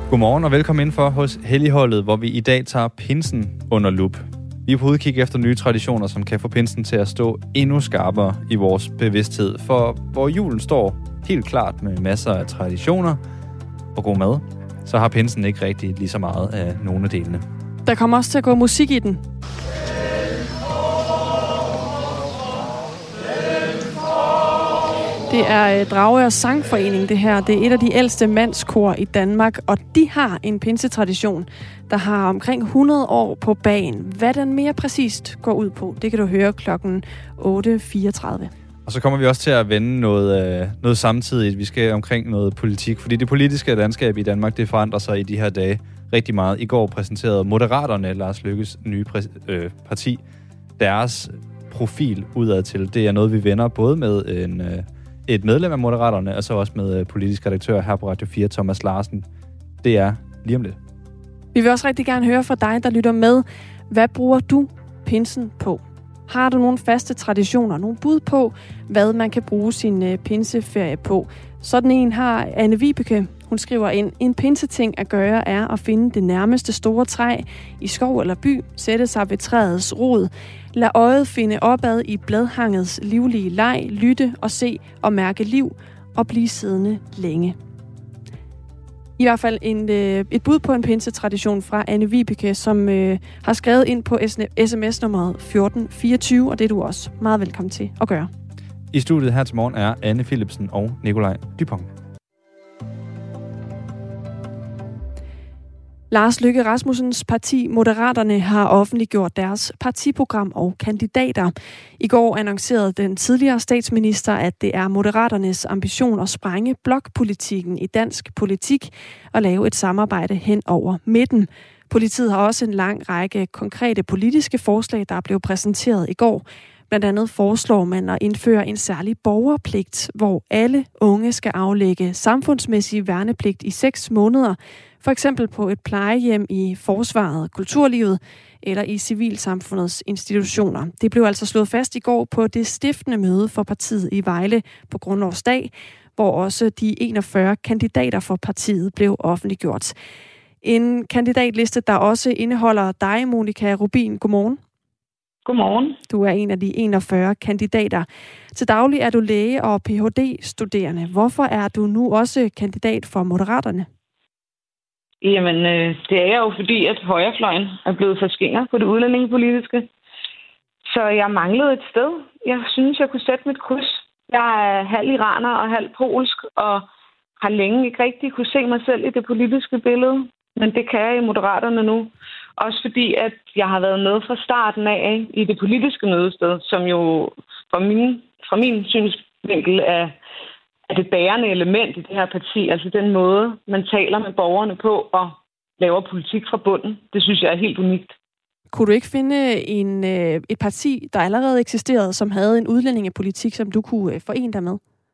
Godmorgen og velkommen indenfor hos Helligholdet, hvor vi i dag tager pinsen under lup. Vi er på udkig efter nye traditioner, som kan få pinsen til at stå endnu skarpere i vores bevidsthed. For hvor julen står helt klart med masser af traditioner og god mad, så har pinsen ikke rigtig lige så meget af nogle af delene. Der kommer også til at gå musik i den. Det er Dragør Sangforening, det her. Det er et af de ældste mandskor i Danmark, og de har en pinsetradition, der har omkring 100 år på bagen. Hvad den mere præcist går ud på, det kan du høre klokken 8.34. Og så kommer vi også til at vende noget samtidigt. Vi skal omkring noget politik, fordi det politiske landskab i Danmark, det forandrer sig i de her dage rigtig meget. I går præsenterede Moderaterne, Lars Løkkes nye parti, deres profil udad til. Det er noget, vi vender både med et medlem af Moderaterne, og så også med politisk redaktør her på Radio 4, Thomas Larsen. Det er lige om lidt. Vi vil også rigtig gerne høre fra dig, der lytter med. Hvad bruger du pinsen på? Har du nogle faste traditioner, nogle bud på, hvad man kan bruge sin pinseferie på? Sådan en har Anne Vibeke. Hun skriver ind, en pinseting at gøre er at finde det nærmeste store træ i skov eller by, sætte sig ved træets rod, lad øjet finde opad i bladhangets livlige leg, lytte og se og mærke liv og blive siddende længe. I hvert fald et bud på en pinsetradition fra Anne Vibeke, som har skrevet ind på sms-nummeret 1424, og det er du også meget velkommen til at gøre. I studiet her til morgen er Anne Philipsen og Nikolaj Dupont. Lars Løkke Rasmussens parti Moderaterne har offentliggjort deres partiprogram og kandidater. I går annoncerede den tidligere statsminister, at det er Moderaternes ambition at sprænge blokpolitikken i dansk politik og lave et samarbejde hen over midten. Politiet har også en lang række konkrete politiske forslag, der blev præsenteret i går. Blandt andet foreslår man at indføre en særlig borgerpligt, hvor alle unge skal aflægge samfundsmæssig værnepligt i 6 måneder, for eksempel på et plejehjem, i forsvaret, kulturlivet eller i civilsamfundets institutioner. Det blev altså slået fast i går på det stiftende møde for partiet i Vejle på Grundlovsdag, hvor også de 41 kandidater for partiet blev offentliggjort. En kandidatliste, der også indeholder dig, Monika Rubin. Godmorgen. Godmorgen. Du er en af de 41 kandidater. Til daglig er du læge og Ph.D.-studerende. Hvorfor er du nu også kandidat for Moderaterne? Jamen, det er jo fordi, at højrefløjen er blevet for skinger på det udlændingepolitiske. Så jeg manglede et sted. Jeg synes, jeg kunne sætte mit kryds. Jeg er halv iraner og halv polsk, og har længe ikke rigtig kunne se mig selv i det politiske billede. Men det kan jeg i Moderaterne nu. Også fordi, at jeg har været med fra starten af i det politiske mødested, som jo fra min synsvinkel er det bærende element i det her parti. Altså den måde, man taler med borgerne på og laver politik fra bunden. Det synes jeg er helt unikt. Kunne du ikke finde et parti, der allerede eksisterede, som havde en udlændingepolitik, som du kunne forene dig med?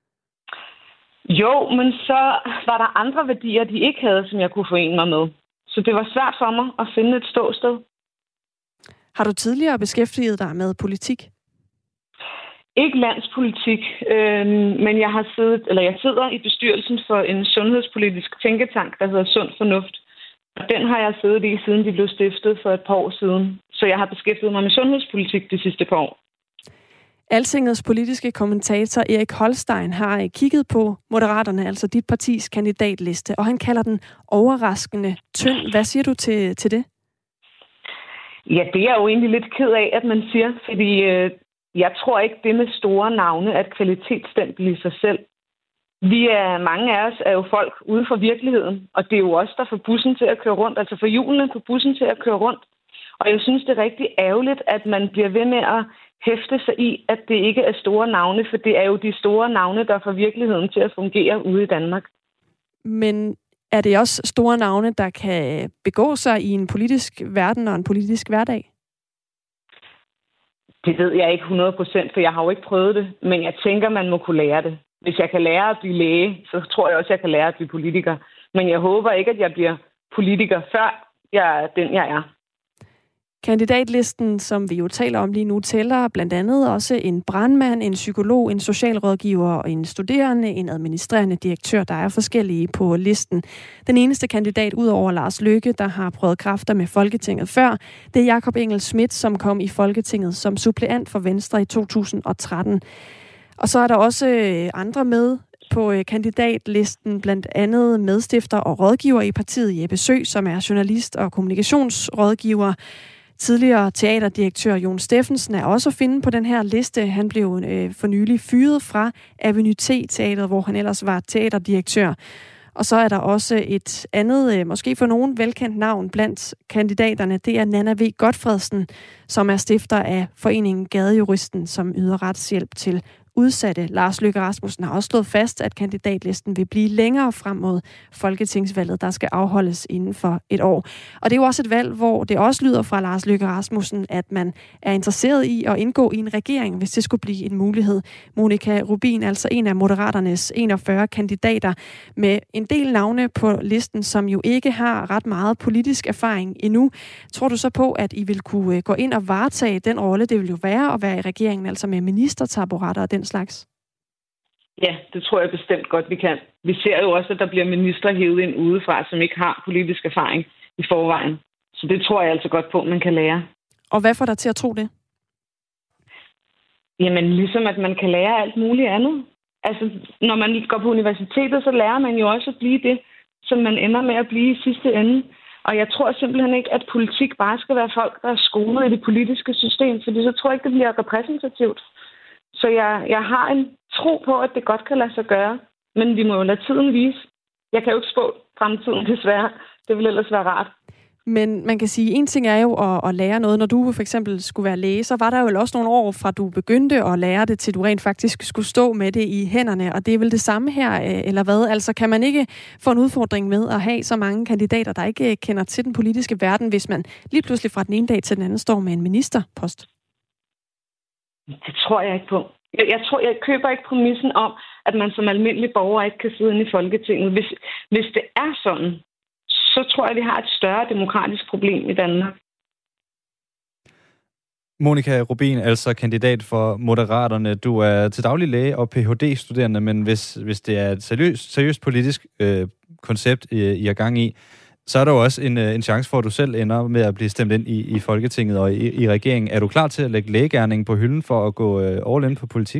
Jo, men så var der andre værdier, de ikke havde, som jeg kunne forene mig med. Så det var svært for mig at finde et ståsted. Har du tidligere beskæftiget dig med politik? Ikke landspolitik, men jeg sidder i bestyrelsen for en sundhedspolitisk tænketank, der hedder Sund Fornuft. Og den har jeg siddet i, siden de blev stiftet for et par år siden. Så jeg har beskæftiget mig med sundhedspolitik de sidste par år. Altingets politiske kommentator Erik Holstein har kigget på Moderaterne, altså dit partis kandidatliste, og han kalder den overraskende tynd. Hvad siger du til det? Ja, det er jeg jo egentlig lidt ked af, at man siger, fordi jeg tror ikke, det med store navne er et kvalitetsstempel i sig selv. Mange af os er jo folk uden for virkeligheden, og det er jo os, der får bussen til at køre rundt, altså for hjulene på bussen til at køre rundt. Og jeg synes, det er rigtig ærgerligt, at man bliver ved med at hæfte sig i, at det ikke er store navne, for det er jo de store navne, der får virkeligheden til at fungere ude i Danmark. Men er det også store navne, der kan begå sig i en politisk verden og en politisk hverdag? Det ved jeg ikke 100%, for jeg har jo ikke prøvet det, men jeg tænker, man må kunne lære det. Hvis jeg kan lære at blive læge, så tror jeg også, jeg kan lære at blive politiker. Men jeg håber ikke, at jeg bliver politiker, før jeg er den, jeg er. Kandidatlisten, som vi jo taler om lige nu, tæller blandt andet også en brandmand, en psykolog, en socialrådgiver, en studerende, en administrerende direktør. Der er forskellige på listen. Den eneste kandidat ud over Lars Løkke, der har prøvet kræfter med Folketinget før, det er Jakob Engel-Schmidt, som kom i Folketinget som suppleant for Venstre i 2013. Og så er der også andre med på kandidatlisten, blandt andet medstifter og rådgiver i partiet Jeppe Søe, som er journalist og kommunikationsrådgiver. Tidligere teaterdirektør Jon Steffensen er også at finde på den her liste. Han blev for nylig fyret fra Avenue T-teateret, hvor han ellers var teaterdirektør. Og så er der også et andet, måske for nogen velkendt navn blandt kandidaterne. Det er Nanna V. Godfredsen, som er stifter af foreningen Gadejuristen, som yder retshjælp til udsatte. Lars Løkke Rasmussen har også slået fast, at kandidatlisten vil blive længere frem mod folketingsvalget, der skal afholdes inden for et år. Og det er jo også et valg, hvor det også lyder fra Lars Løkke Rasmussen, at man er interesseret i at indgå i en regering, hvis det skulle blive en mulighed. Monika Rubin, altså en af Moderaternes 41 kandidater, med en del navne på listen, som jo ikke har ret meget politisk erfaring endnu. Tror du så på, at I vil kunne gå ind og varetage den rolle, det vil jo være at være i regeringen, altså med ministertaburetter og den slags? Ja, det tror jeg bestemt godt, vi kan. Vi ser jo også, at der bliver ministre hævet ind udefra, som ikke har politisk erfaring i forvejen. Så det tror jeg altså godt på, man kan lære. Og hvad får dig til at tro det? Jamen, ligesom at man kan lære alt muligt andet. Altså, når man går på universitetet, så lærer man jo også at blive det, som man ender med at blive i sidste ende. Og jeg tror simpelthen ikke, at politik bare skal være folk, der er skolet i det politiske system, fordi så tror jeg ikke, det bliver repræsentativt. Så jeg har en tro på, at det godt kan lade sig gøre, men vi må jo lade tiden vise. Jeg kan jo ikke spå fremtiden, desværre. Det vil ellers være rart. Men man kan sige, en ting er jo at lære noget. Når du for eksempel skulle være læge, så var der jo også nogle år fra du begyndte at lære det, til du rent faktisk skulle stå med det i hænderne. Og det er vel det samme her, eller hvad? Altså kan man ikke få en udfordring med at have så mange kandidater, der ikke kender til den politiske verden, hvis man lige pludselig fra den ene dag til den anden står med en ministerpost? Det tror jeg ikke på. Jeg køber ikke præmissen om, at man som almindelig borger ikke kan sidde inde i Folketinget. Hvis det er sådan, så tror jeg, at vi har et større demokratisk problem i Danmark. Monika Rubin, altså kandidat for Moderaterne. Du er til daglig læge og Ph.D.-studerende, men hvis det er et seriøst politisk koncept, I er gang i, så er der jo også en chance for, at du selv ender med at blive stemt ind i Folketinget og i regeringen. Er du klar til at lægge lægegerningen på hylden for at gå all in på politik?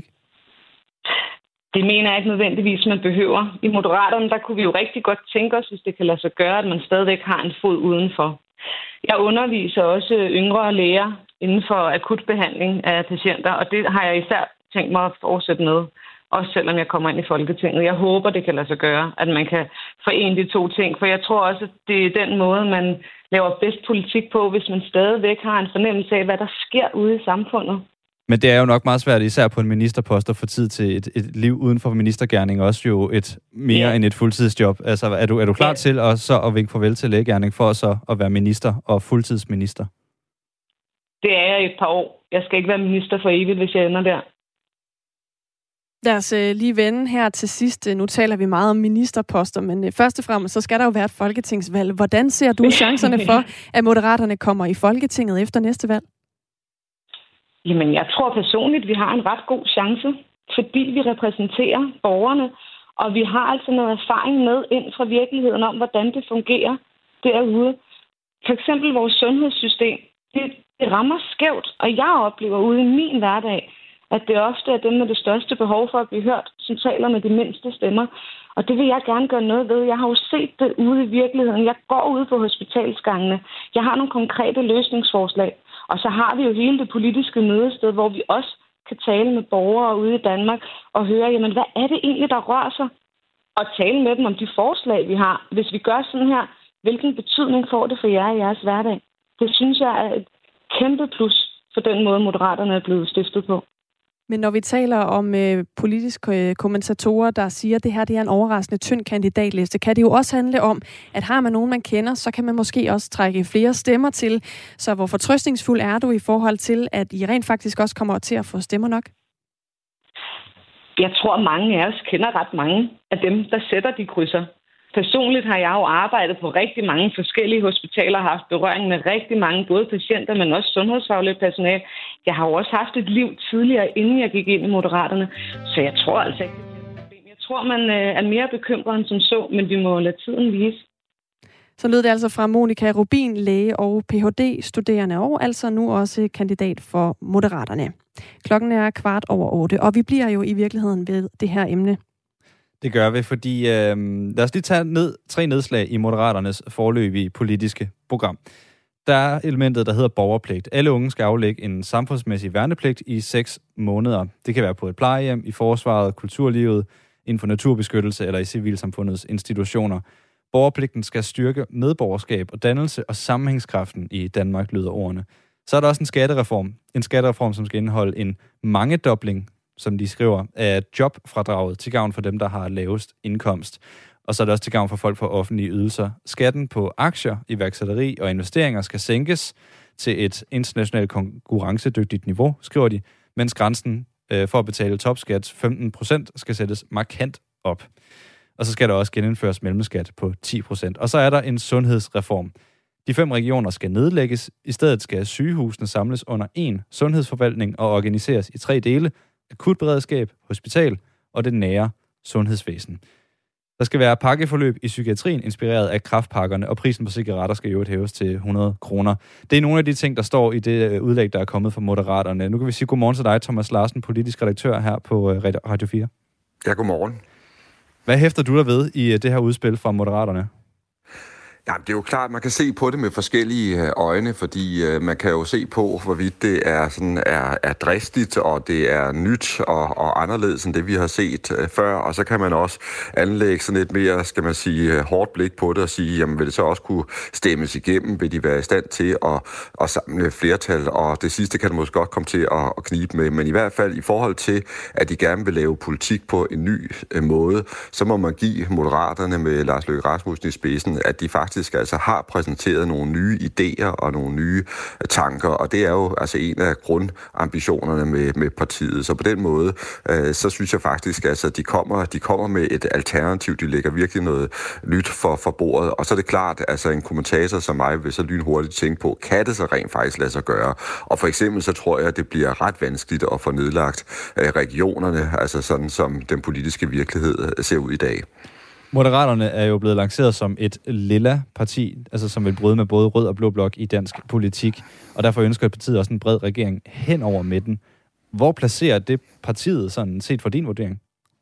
Det mener jeg ikke nødvendigvis, man behøver. I Moderaterne, der kunne vi jo rigtig godt tænke os, hvis det kan lade sig gøre, at man stadigvæk har en fod udenfor. Jeg underviser også yngre læger inden for akutbehandling af patienter, og det har jeg især tænkt mig at fortsætte med. Også selvom jeg kommer ind i Folketinget. Jeg håber, det kan lade sig gøre, at man kan forene de to ting. For jeg tror også, at det er den måde, man laver bedst politik på, hvis man stadigvæk har en fornemmelse af, hvad der sker ude i samfundet. Men det er jo nok meget svært, især på en ministerpost, at få tid til et liv uden for ministergerning, også jo et mere end et fuldtidsjob. Altså, er du klar til at vinke farvel til lægegerning for så at være minister og fuldtidsminister? Det er jeg i et par år. Jeg skal ikke være minister for evigt, hvis jeg ender der. Lad os lige vende her til sidst. Nu taler vi meget om ministerposter, men først og fremmest så skal der jo være et folketingsvalg. Hvordan ser du chancerne for, at Moderaterne kommer i Folketinget efter næste valg? Jamen, jeg tror personligt, at vi har en ret god chance, fordi vi repræsenterer borgerne, og vi har altså noget erfaring med ind fra virkeligheden om, hvordan det fungerer derude. For eksempel vores sundhedssystem, det rammer skævt, og jeg oplever ude i min hverdag, at det ofte er dem med det største behov for at blive hørt, som taler med de mindste stemmer. Og det vil jeg gerne gøre noget ved. Jeg har jo set det ude i virkeligheden. Jeg går ude på hospitalsgangene. Jeg har nogle konkrete løsningsforslag. Og så har vi jo hele det politiske mødested, hvor vi også kan tale med borgere ude i Danmark og høre, jamen hvad er det egentlig, der rører sig? Og tale med dem om de forslag, vi har. Hvis vi gør sådan her, hvilken betydning får det for jer i jeres hverdag? Det synes jeg er et kæmpe plus for den måde, Moderaterne er blevet stiftet på. Men når vi taler om politiske kommentatorer, der siger, at det her det er en overraskende tynd kandidatliste, kan det jo også handle om, at har man nogen, man kender, så kan man måske også trække flere stemmer til. Så hvor fortrøstningsfuld er du i forhold til, at I rent faktisk også kommer til at få stemmer nok? Jeg tror, mange af os kender ret mange af dem, der sætter de krydser. Personligt har jeg jo arbejdet på rigtig mange forskellige hospitaler, haft berøring med rigtig mange, både patienter, men også sundhedsfagligt personale. Jeg har jo også haft et liv tidligere, inden jeg gik ind i Moderaterne, så jeg tror altså ikke, det er et problem. Jeg tror, man er mere bekymret end som så, men vi må lade tiden vise. Så lød det altså fra Monika Rubin, læge og Ph.D.-studerende, og altså nu også kandidat for Moderaterne. Klokken er 7:15, og vi bliver jo i virkeligheden ved det her emne. Det gør vi, fordi lad os lige tage 3 nedslag i Moderaternes foreløbige politiske program. Der er elementet, der hedder borgerpligt. Alle unge skal aflægge en samfundsmæssig værnepligt i 6 måneder. Det kan være på et plejehjem, i forsvaret, kulturlivet, inden for naturbeskyttelse eller i civilsamfundets institutioner. Borgerpligten skal styrke medborgerskab og dannelse og sammenhængskraften i Danmark, lyder ordene. Så er der også en skattereform. En skattereform, som skal indeholde en mangedobling, som de skriver, af jobfradraget til gavn for dem, der har lavest indkomst. Og så er det også til gavn for folk på offentlige ydelser. Skatten på aktier, iværksætteri og investeringer skal sænkes til et internationalt konkurrencedygtigt niveau, skriver de, mens grænsen for at betale topskat 15% skal sættes markant op. Og så skal der også genindføres mellemskat på 10%. Og så er der en sundhedsreform. De 5 regioner skal nedlægges. I stedet skal sygehusene samles under én sundhedsforvaltning og organiseres i 3 dele: akutberedskab, hospital og det nære sundhedsvæsen. Der skal være pakkeforløb i psykiatrien, inspireret af kræftpakkerne, og prisen på cigaretter skal jo hæves til 100 kroner. Det er nogle af de ting, der står i det udlæg, der er kommet fra Moderaterne. Nu kan vi sige godmorgen til dig, Thomas Larsen, politisk redaktør her på Radio 4. Ja, godmorgen. Hvad hæfter du der ved i det her udspil fra Moderaterne? Ja, det er jo klart, man kan se på det med forskellige øjne, fordi man kan jo se på, hvorvidt det er dristigt, og det er nyt og anderledes end det, vi har set før. Og så kan man også anlægge sådan et mere, skal man sige, hårdt blik på det og sige, jamen vil det så også kunne stemmes igennem? Vil de være i stand til at samle flertal? Og det sidste kan det måske godt komme til at knibe med. Men i hvert fald i forhold til, at de gerne vil lave politik på en ny måde, så må man give Moderaterne med Lars Løkke Rasmussen i spidsen, at de faktisk altså har præsenteret nogle nye idéer og nogle nye tanker, og det er jo altså en af grundambitionerne med partiet. Så på den måde, så synes jeg faktisk, altså, de kommer med et alternativ, de lægger virkelig noget nyt for bordet, og så er det klart, altså en kommentator som mig vil så lynhurtigt tænke på, kan det så rent faktisk lade sig gøre? Og for eksempel så tror jeg, at det bliver ret vanskeligt at få nedlagt regionerne, altså sådan som den politiske virkelighed ser ud i dag. Moderaterne er jo blevet lanceret som et lilla parti, altså som vil bryde med både rød og blå blok i dansk politik, og derfor ønsker partiet også en bred regering hen over midten. Hvor placerer det partiet sådan set fra din vurdering?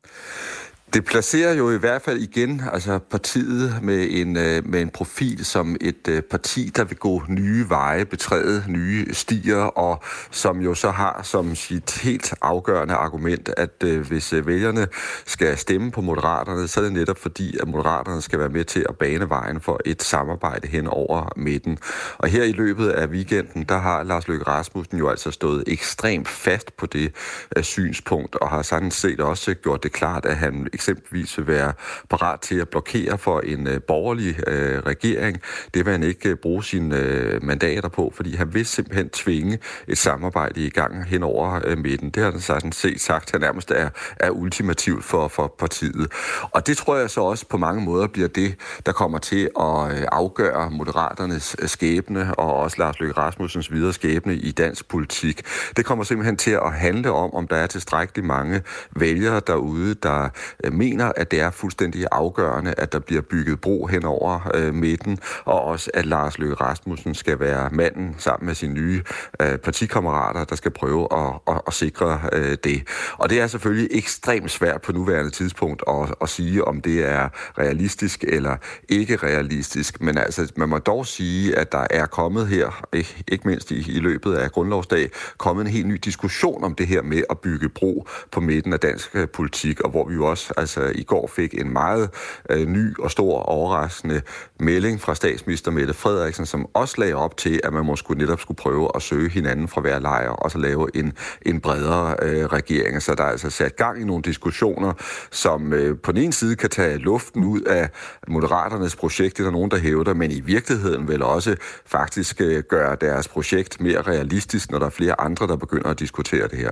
Det placerer jo i hvert fald igen altså partiet med en profil som et parti, der vil gå nye veje, betræde nye stier, og som jo så har som sit helt afgørende argument, at hvis vælgerne skal stemme på Moderaterne, så er det netop fordi, at Moderaterne skal være med til at bane vejen for et samarbejde hen over midten. Og her i løbet af weekenden, der har Lars Løkke Rasmussen jo altså stået ekstremt fast på det synspunkt, og har sådan set også gjort det klart, at han eksempelvis vil være parat til at blokere for en borgerlig regering. Det vil han ikke bruge sine mandater på, fordi han vil simpelthen tvinge et samarbejde i gang hen over midten. Det har han sådan set sagt, han nærmest er ultimativt for partiet. Og det tror jeg så også på mange måder bliver det, der kommer til at afgøre Moderaternes skæbne, og også Lars Løkke Rasmussens videre skæbne i dansk politik. Det kommer simpelthen til at handle om der er tilstrækkeligt mange vælgere derude, der mener, at det er fuldstændig afgørende, at der bliver bygget bro hen over midten, og også at Lars Løkke Rasmussen skal være manden sammen med sine nye partikammerater, der skal prøve at sikre det. Og det er selvfølgelig ekstremt svært på nuværende tidspunkt at sige, om det er realistisk eller ikke realistisk, men altså, man må dog sige, at der er kommet her, ikke mindst i løbet af grundlovsdag, kommet en helt ny diskussion om det her med at bygge bro på midten af dansk politik, og hvor vi jo også altså i går fik en meget ny og stor overraskende melding fra statsminister Mette Frederiksen, som også lagde op til, at man måske netop skulle prøve at søge hinanden fra hver lejr, og så lave en bredere regering. Så der er altså sat gang i nogle diskussioner, som på den ene side kan tage luften ud af Moderaternes projekt, det er der nogen, der hævder, men i virkeligheden vil også faktisk gøre deres projekt mere realistisk, når der er flere andre, der begynder at diskutere det her.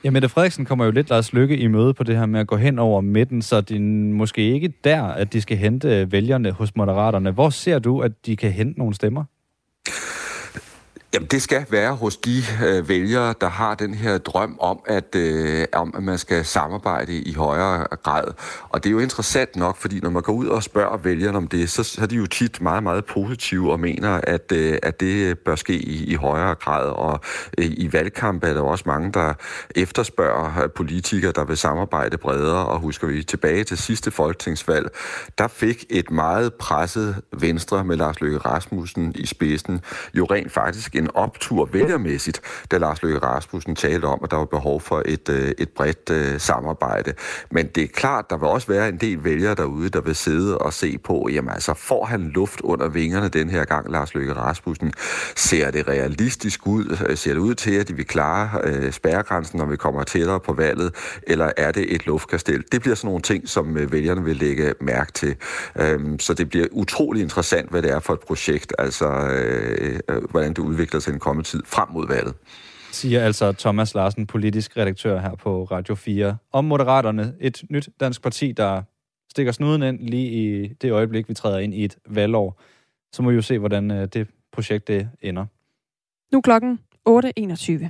Ja, Mette Frederiksen kommer jo lidt Lars Løkke i møde på det her med at gå hen over midten, så det er måske ikke der, at de skal hente vælgerne hos Moderaterne. Hvor ser du, at de kan hente nogle stemmer? Jamen, det skal være hos de vælgere, der har den her drøm om, at man skal samarbejde i højere grad. Og det er jo interessant nok, fordi når man går ud og spørger vælgerne om det, så er de jo tit meget, meget positive og mener, at det bør ske i højere grad. Og i valgkamp er der også mange, der efterspørger politikere, der vil samarbejde bredere. Og husker vi tilbage til sidste folketingsvalg, der fik et meget presset Venstre med Lars Løkke Rasmussen i spidsen jo rent faktisk en optur vælgermæssigt, da Lars Løkke Rasmussen talte om, at der var behov for et bredt samarbejde. Men det er klart, der vil også være en del vælgere derude, der vil sidde og se på, jamen altså, får han luft under vingerne den her gang, Lars Løkke Rasmussen? Ser det realistisk ud? Ser det ud til, at de vil klare spærregrænsen, når vi kommer tættere på valget? Eller er det et luftkastel? Det bliver sådan nogle ting, som vælgerne vil lægge mærke til. Så det bliver utrolig interessant, hvad det er for et projekt, altså hvordan det udvikler sig i den kommende tid frem mod valget. Siger altså Thomas Larsen, politisk redaktør her på Radio 4. Om Moderaterne, et nyt dansk parti, der stikker snuden ind lige i det øjeblik, vi træder ind i et valgår. Så må vi jo se, hvordan det projekt det ender. Nu klokken 8.21.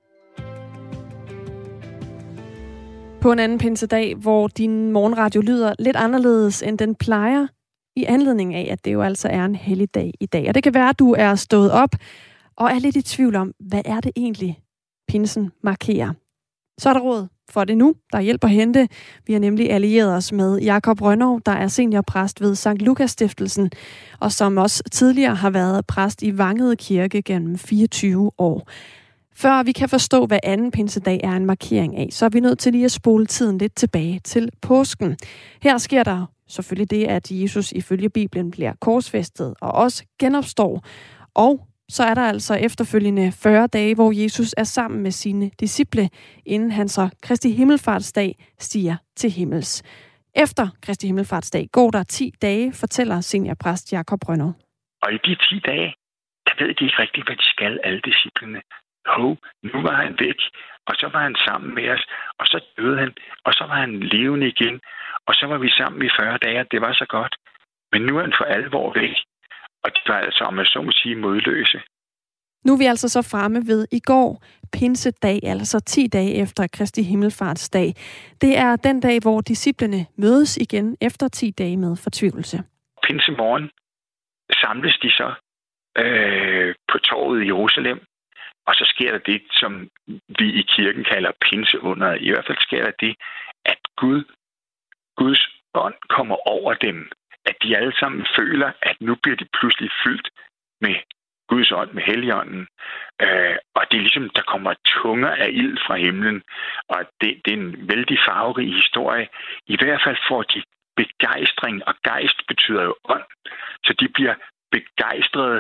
På en anden pinsedag, hvor din morgenradio lyder lidt anderledes, end den plejer, i anledning af, at det jo altså er en helligdag i dag. Og det kan være, at du er stået op og er lidt i tvivl om, hvad er det egentlig, pinsen markerer. Så er der råd for det nu, der hjælper at hente. Vi har nemlig allieret os med Jakob Rønnow, der er seniorpræst ved Sankt Lukas Stiftelsen, og som også tidligere har været præst i Vangede Kirke gennem 24 år. Før vi kan forstå, hvad anden pinsedag er en markering af, så er vi nødt til lige at spole tiden lidt tilbage til påsken. Her sker der selvfølgelig det, at Jesus ifølge Bibelen bliver korsfæstet og også genopstår. Og så er der altså efterfølgende 40 dage, hvor Jesus er sammen med sine disciple, inden han så Kristi Himmelfartsdag stiger til himmels. Efter Kristi Himmelfartsdag går der 10 dage, fortæller seniorpræst Jakob Rønnow. Og i de 10 dage, der ved de ikke rigtigt, hvad de skal, alle disciplene. Nu var han væk, og så var han sammen med os, og så døde han, og så var han levende igen, og så var vi sammen i 40 dage, og det var så godt. Men nu er han for alvor væk, og det var altså, om jeg så må sige, modløse. Nu er vi altså så fremme ved i går, pinsedag, altså 10 dage efter Kristi Himmelfartsdag. Det er den dag, hvor disciplene mødes igen efter 10 dage med fortvivlelse. Pinsemorgen samles de så på torvet i Jerusalem, og så sker der det, som vi i kirken kalder pinseunderet. I hvert fald sker der det, at Guds ånd kommer over dem. At de alle sammen føler, at nu bliver de pludselig fyldt med Guds ånd, med Helligånden. Og det er ligesom, der kommer tunger af ild fra himlen. Og det er en vældig farverig historie. I hvert fald får de begejstring, og gejst betyder jo ånd. Så de bliver begejstrede.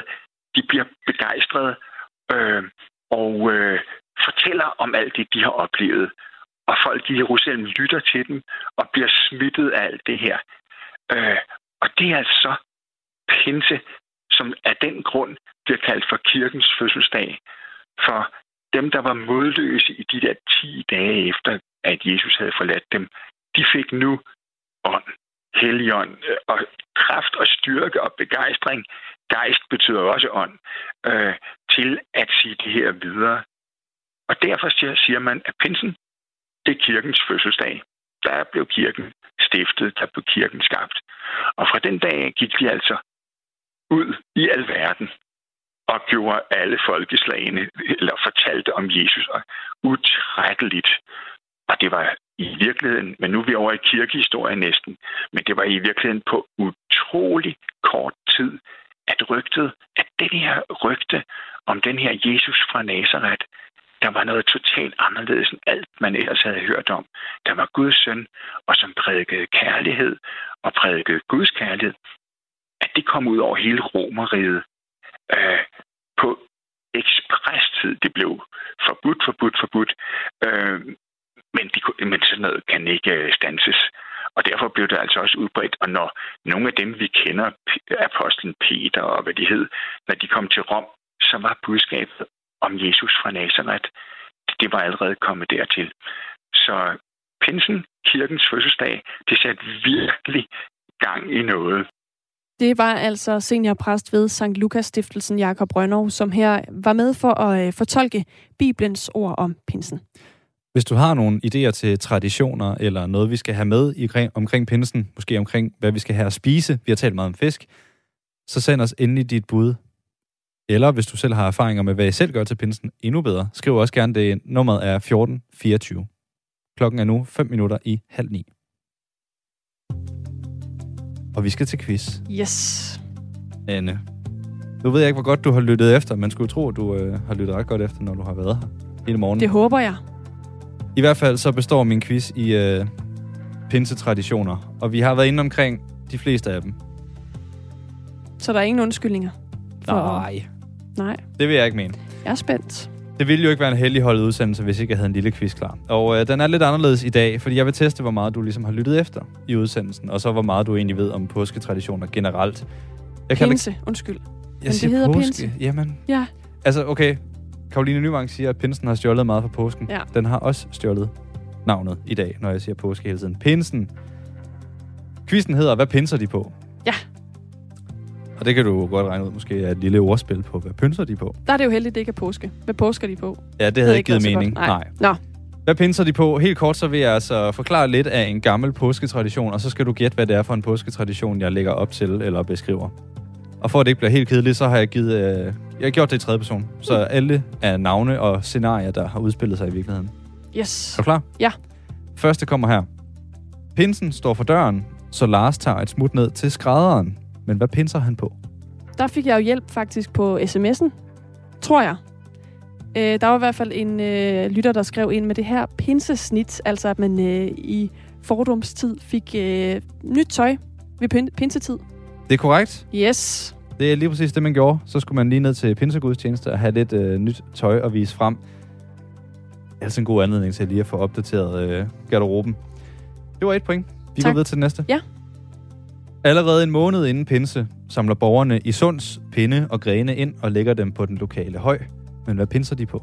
Og fortæller om alt det, de har oplevet. Og folk i Jerusalem lytter til dem og bliver smittet af alt det her. Og det er altså pinse, som af den grund bliver kaldt for kirkens fødselsdag. For dem, der var modløse i de der 10 dage efter, at Jesus havde forladt dem, de fik nu ånd, Helligånd og kraft og styrke og begejstring. Gejst betyder også ånd, til at sige det her videre. Og derfor siger man, at pinsen, det er kirkens fødselsdag. Der blev kirken stiftet, der blev kirken skabt. Og fra den dag gik de altså ud i alverden og gjorde alle folkeslagene, eller fortalte om Jesus utrætteligt. Og det var i virkeligheden, men nu er vi over i kirkehistorien næsten, men det var i virkeligheden på utrolig kort tid, at det her rygte om den her Jesus fra Nazaret, der var noget totalt anderledes end alt, man ellers havde hørt om. Der var Guds søn, og som prædikede kærlighed, og prædikede Guds kærlighed, at det kom ud over hele Romerriget på ekspresstid. Det blev forbudt. Men sådan noget kan ikke standses. Og derfor blev det altså også udbredt. Og når nogle af dem, vi kender, apostlen Peter og hvad de hed, når de kom til Rom, så var budskabet om Jesus fra Nazaret, det var allerede kommet dertil. Så pinsen, kirkens fødselsdag, det satte virkelig gang i noget. Det var altså seniorpræst ved Sankt Lukas Stiftelsen Jakob Rønnow, som her var med for at fortolke Bibelens ord om pinsen. Hvis du har nogle idéer til traditioner, eller noget, vi skal have med omkring pinsen, måske omkring, hvad vi skal have at spise, vi har talt meget om fisk, så send os endelig dit bud. Eller hvis du selv har erfaringer med, hvad I selv gør til pinsen, endnu bedre. Skriv også gerne det. Nummeret er 1424. Klokken er nu 8:05. Og vi skal til quiz. Yes. Anne, nu ved jeg ikke, hvor godt du har lyttet efter, men skulle tro, at du har lyttet ret godt efter, når du har været her hele morgenen. Det håber jeg. I hvert fald så består min quiz i pinsetraditioner, og vi har været inde omkring de fleste af dem. Så der er ingen undskyldninger? Nej. Det vil jeg ikke mene. Jeg er spændt. Det ville jo ikke være en heldigholdet udsendelse, hvis ikke jeg havde en lille quiz klar. Og den er lidt anderledes i dag, fordi jeg vil teste, hvor meget du ligesom har lyttet efter i udsendelsen, og så hvor meget du egentlig ved om påsketraditioner generelt. Pinse, undskyld. Jeg siger det hedder påske. pinse. Jamen. Ja. Altså, okay. Caroline Nyvang siger, at pinsen har stjålet meget fra påsken. Ja. Den har også stjålet navnet i dag, når jeg siger påske hele tiden. Pinsen. Quizzen hedder, hvad pinser de på? Ja. Og det kan du godt regne ud, måske er et lille ordspil på, hvad pynser de på? Der er det jo heldigt, det ikke er påske. Hvad påsker de på? Ja, det havde ikke givet mening. Nej. Nå. Hvad pinser de på? Helt kort, så vil jeg altså forklare lidt af en gammel påsketradition, og så skal du gætte, hvad det er for en påsketradition, jeg lægger op til eller beskriver. Og for at det ikke bliver helt kedeligt, så har jeg gjort det i tredje person. Så alle er navne og scenarier, der har udspillet sig i virkeligheden. Yes. Er du klar? Ja. Første kommer her. Pinsen står for døren, så Lars tager et smut ned til skrædderen. Men hvad pinser han på? Der fik jeg jo hjælp faktisk på sms'en, tror jeg. Der var i hvert fald en lytter, der skrev ind med det her pinsesnit, altså at man i fordomstid fik nyt tøj ved pinsetid. Det er korrekt. Yes. Det er lige præcis det, man gjorde. Så skulle man lige ned til pinsegudstjeneste og have lidt nyt tøj at vise frem. Altså en god anledning til lige at få opdateret garderoben. Det var 1 point. Vi går videre til den næste. Ja. Allerede en måned inden pinse samler borgerne i Sunds pinde og grene ind og lægger dem på den lokale høj. Men hvad pinser de på?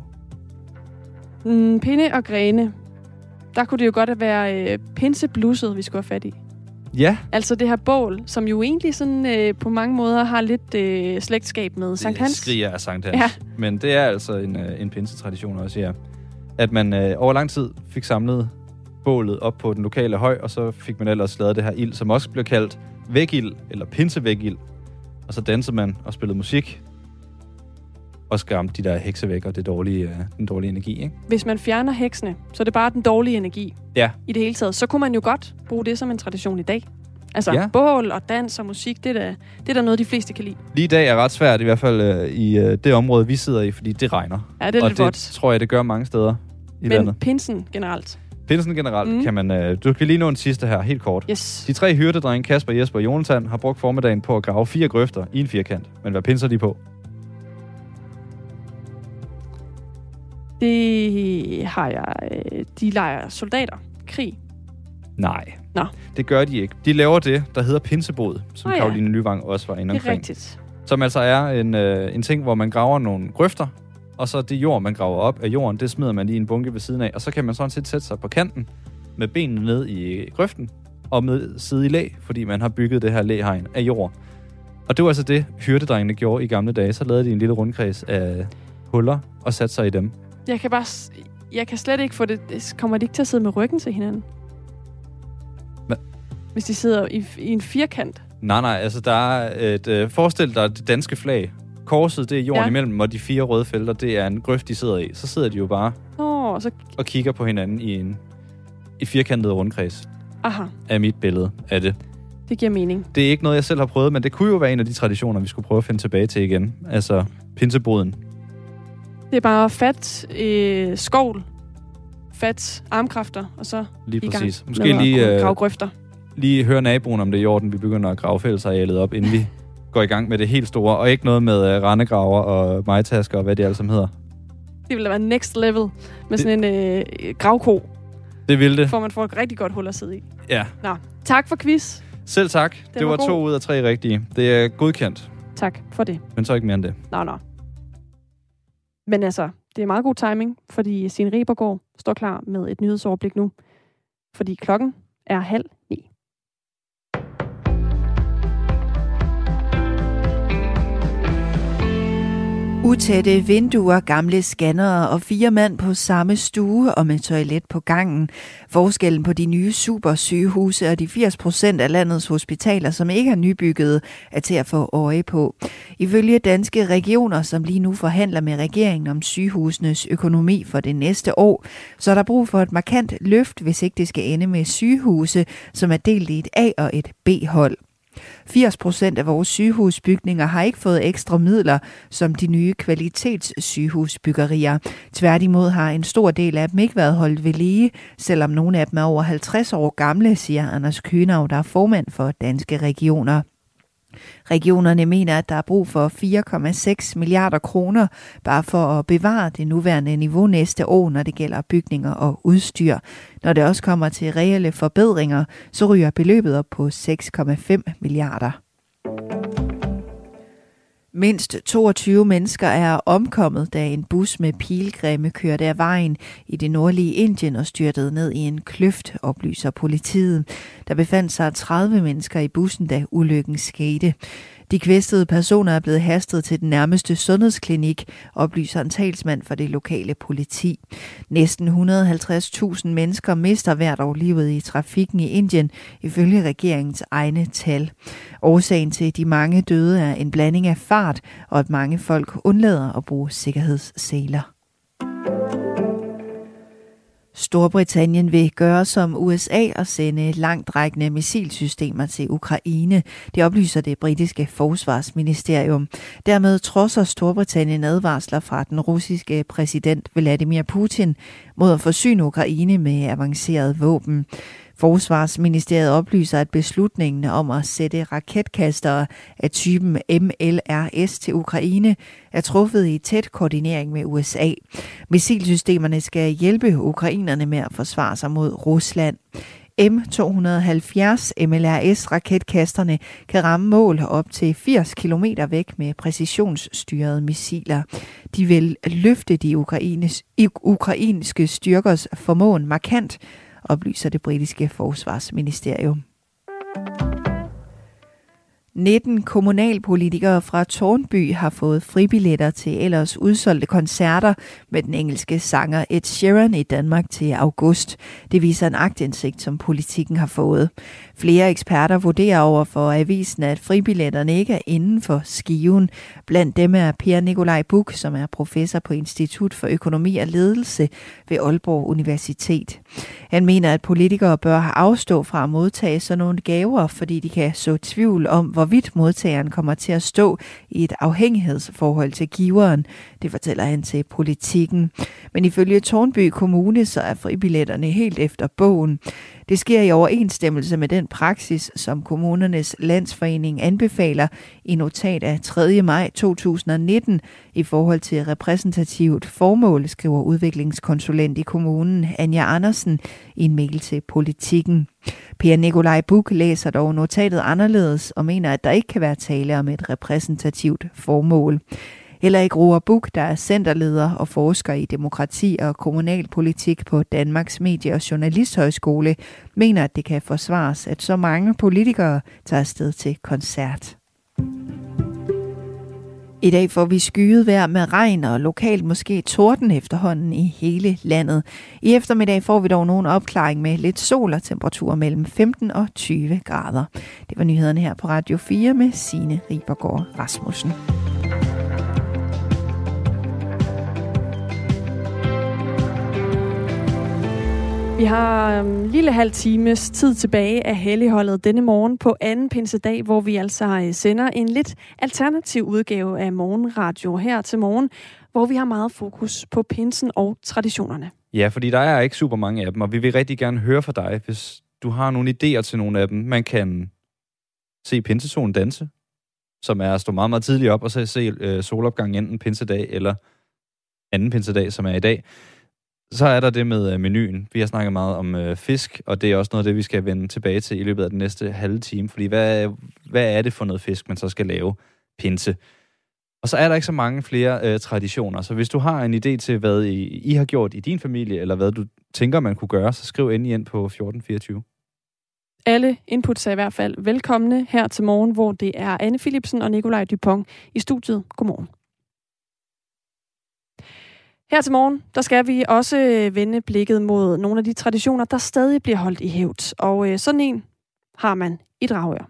Pinde og grene. Der kunne det jo godt være pinseblusset, vi skulle have fat i. Ja. Altså det her bål, som jo egentlig sådan, på mange måder har lidt slægtskab med Sankt Hans. Det skriger af Sankt Hans. Ja. Men det er altså en pinsetradition også, ja. At man over lang tid fik samlet bålet op på den lokale høj, og så fik man ellers lavet det her ild, som også blev kaldt vægild, eller pinsevægild. Og så dansede man og spillede musik, og skræmte de der hekse væk, og den dårlige energi, ikke? Hvis man fjerner heksene, så er det bare den dårlige energi. Ja. I det hele taget. Så kunne man jo godt bruge det som en tradition i dag. Altså ja. Bål og dans og musik, det er da noget, de fleste kan lide. Lige i dag er ret svært, i hvert fald i det område, vi sidder i, fordi det regner. Ja, det er lidt og godt. det tror jeg, det gør mange steder i landet. Men pinsen generelt? Pinsen generelt kan man... Du kan lige nå en sidste her, helt kort. Yes. De 3 hyrdedrenge, Kasper, Jesper og Jonathan, har brugt formiddagen på at grave 4 grøfter i en firkant. Men hvad pinser de på? Det har jeg... De leger soldater. Krig. Nej. Nå. Det gør de ikke. De laver det, der hedder pinsebod, som ja. Caroline Nyvang også var inde omkring. Det er rigtigt. Som altså er en ting, hvor man graver nogle grøfter, og så det jord, man graver op af jorden, det smider man i en bunke ved siden af, og så kan man sådan set sætte sig på kanten med benene ned i grøften og med sidde i læ, fordi man har bygget det her læhegn af jord. Og det var altså det, hyrdedrengene gjorde i gamle dage. Så lavede de en lille rundkreds af huller og satte sig i dem. Jeg kan slet ikke få det. Kommer de ikke til at sidde med ryggen til hinanden? Hva? Hvis de sidder i en firkant? Nej, altså der er et... forestil dig det danske flag. Korset, det er jorden imellem, og de 4 røde felter, det er en grøft, de sidder i. Så sidder de jo bare og kigger på hinanden i et firkantet rundkreds. Aha. Af mit billede af det. Det giver mening. Det er ikke noget, jeg selv har prøvet, men det kunne jo være en af de traditioner, vi skulle prøve at finde tilbage til igen. Altså pinseboden. Det er bare fat skovl, fat armkræfter, og så lige præcis. I gang. Måske lige grave grøfter. Lige høre naboen, om det er i orden, vi begynder at grave fællesarealet op, inden vi går i gang med det helt store, og ikke noget med rendegraver og majtasker og hvad det alle sammen hedder. Det vil da være next level med sådan en gravko. Det vil det. For man får et rigtig godt hul at sidde i. Ja. Nå, tak for quiz. Selv tak. Det var 2 ud af 3 rigtige. Det er godkendt. Tak for det. Men så ikke mere end det. Nå. Men altså, Det er meget god timing, fordi Signe Ribergaard står klar med et nyhedsoverblik nu. Fordi klokken er 8:30. Utætte vinduer, gamle scannere og 4 mand på samme stue og med toilet på gangen. Forskellen på de nye supersygehuse og de 80% af landets hospitaler, som ikke er nybyggede, er til at få øje på. Ifølge Danske Regioner, som lige nu forhandler med regeringen om sygehusenes økonomi for det næste år, så er der brug for et markant løft, hvis ikke det skal ende med sygehuse, som er delt i et A- og et B-hold. 80% af vores sygehusbygninger har ikke fået ekstra midler som de nye kvalitetssygehusbyggerier. Tværtimod har en stor del af dem ikke været holdt ved lige, selvom nogle af dem er over 50 år gamle, siger Anders Kühnau, der er formand for Danske Regioner. Regionerne mener, at der er brug for 4,6 milliarder kroner bare for at bevare det nuværende niveau næste år, når det gælder bygninger og udstyr. Når det også kommer til reelle forbedringer, så ryger beløbet op på 6,5 milliarder. Mindst 22 mennesker er omkommet, da en bus med pilgrimme kørte af vejen i det nordlige Indien og styrtede ned i en kløft, oplyser politiet. Der befandt sig 30 mennesker i bussen, da ulykken skete. De kvæstede personer er blevet hastet til den nærmeste sundhedsklinik, oplyser en talsmand for det lokale politi. Næsten 150.000 mennesker mister hvert år livet i trafikken i Indien, ifølge regeringens egne tal. Årsagen til de mange døde er en blanding af fart, og at mange folk undlader at bruge sikkerhedsseler. Storbritannien vil gøre som USA og sende langtrækkende missilsystemer til Ukraine. Det oplyser det britiske forsvarsministerium. Dermed trodser Storbritannien advarsler fra den russiske præsident Vladimir Putin mod at forsyne Ukraine med avanceret våben. Forsvarsministeriet oplyser, at beslutningen om at sætte raketkastere af typen MLRS til Ukraine er truffet i tæt koordinering med USA. Missilsystemerne skal hjælpe ukrainerne med at forsvare sig mod Rusland. M270 MLRS-raketkasterne kan ramme mål op til 80 km væk med præcisionsstyrede missiler. De vil løfte de ukrainske styrkers formåen markant, oplyser det britiske forsvarsministerium. 19 kommunalpolitikere fra Tårnby har fået fribilletter til ellers udsolgte koncerter med den engelske sanger Ed Sheeran i Danmark til august. Det viser en aktindsigt, som Politikken har fået. Flere eksperter vurderer over for avisen, at fribilletterne ikke er inden for skiven. Blandt dem er Per Nikolaj Buch, som er professor på Institut for Økonomi og Ledelse ved Aalborg Universitet. Han mener, at politikere bør afstå fra at modtage sådan nogle gaver, fordi de kan så tvivl om, hvorvidt modtageren kommer til at stå i et afhængighedsforhold til giveren. Det fortæller han til Politikken. Men ifølge Tårnby Kommune, så er fribilletterne helt efter bogen. Det sker i overensstemmelse med den praksis, som Kommunernes Landsforening anbefaler i notat af 3. maj 2019 i forhold til repræsentativt formål, skriver udviklingskonsulent i kommunen Anja Andersen i en mail til Politikken. Per Nikolaj Buch læser dog notatet anderledes og mener, at der ikke kan være tale om et repræsentativt formål. Heller ikke Roar Buch, der er centerleder og forsker i demokrati og kommunalpolitik på Danmarks Medie- og Journalisthøjskole, mener, at det kan forsvares, at så mange politikere tager afsted til koncert. I dag får vi skyet vejr med regn og lokalt måske torden efterhånden i hele landet. I eftermiddag får vi dog nogen opklaring med lidt sol og temperaturer mellem 15 og 20 grader. Det var nyhederne her på Radio 4 med Signe Ribergaard Rasmussen. Vi har en lille halv times tid tilbage af helligholdet denne morgen på anden pinsedag, hvor vi altså sender en lidt alternativ udgave af morgenradio her til morgen, hvor vi har meget fokus på pinsen og traditionerne. Ja, fordi der er ikke super mange af dem, og vi vil rigtig gerne høre fra dig, hvis du har nogle idéer til nogle af dem. Man kan se pinsesolen danse, som er at stå meget, meget tidligt op, og så se solopgang enten pinsedag eller anden pinsedag, som er i dag. Så er der det med menuen. Vi har snakket meget om fisk, og det er også noget af det, vi skal vende tilbage til i løbet af den næste halve time. Fordi hvad er det for noget fisk, man så skal lave pinse? Og så er der ikke så mange flere traditioner. Så hvis du har en idé til, hvad I har gjort i din familie, eller hvad du tænker, man kunne gøre, så skriv endelig ind på 1424. Alle inputs er i hvert fald velkomne her til morgen, hvor det er Anne Philipsen og Nikolaj Dupont i studiet. Godmorgen. Her til morgen, der skal vi også vende blikket mod nogle af de traditioner, der stadig bliver holdt i hævd. Og sådan en har man i Dragør.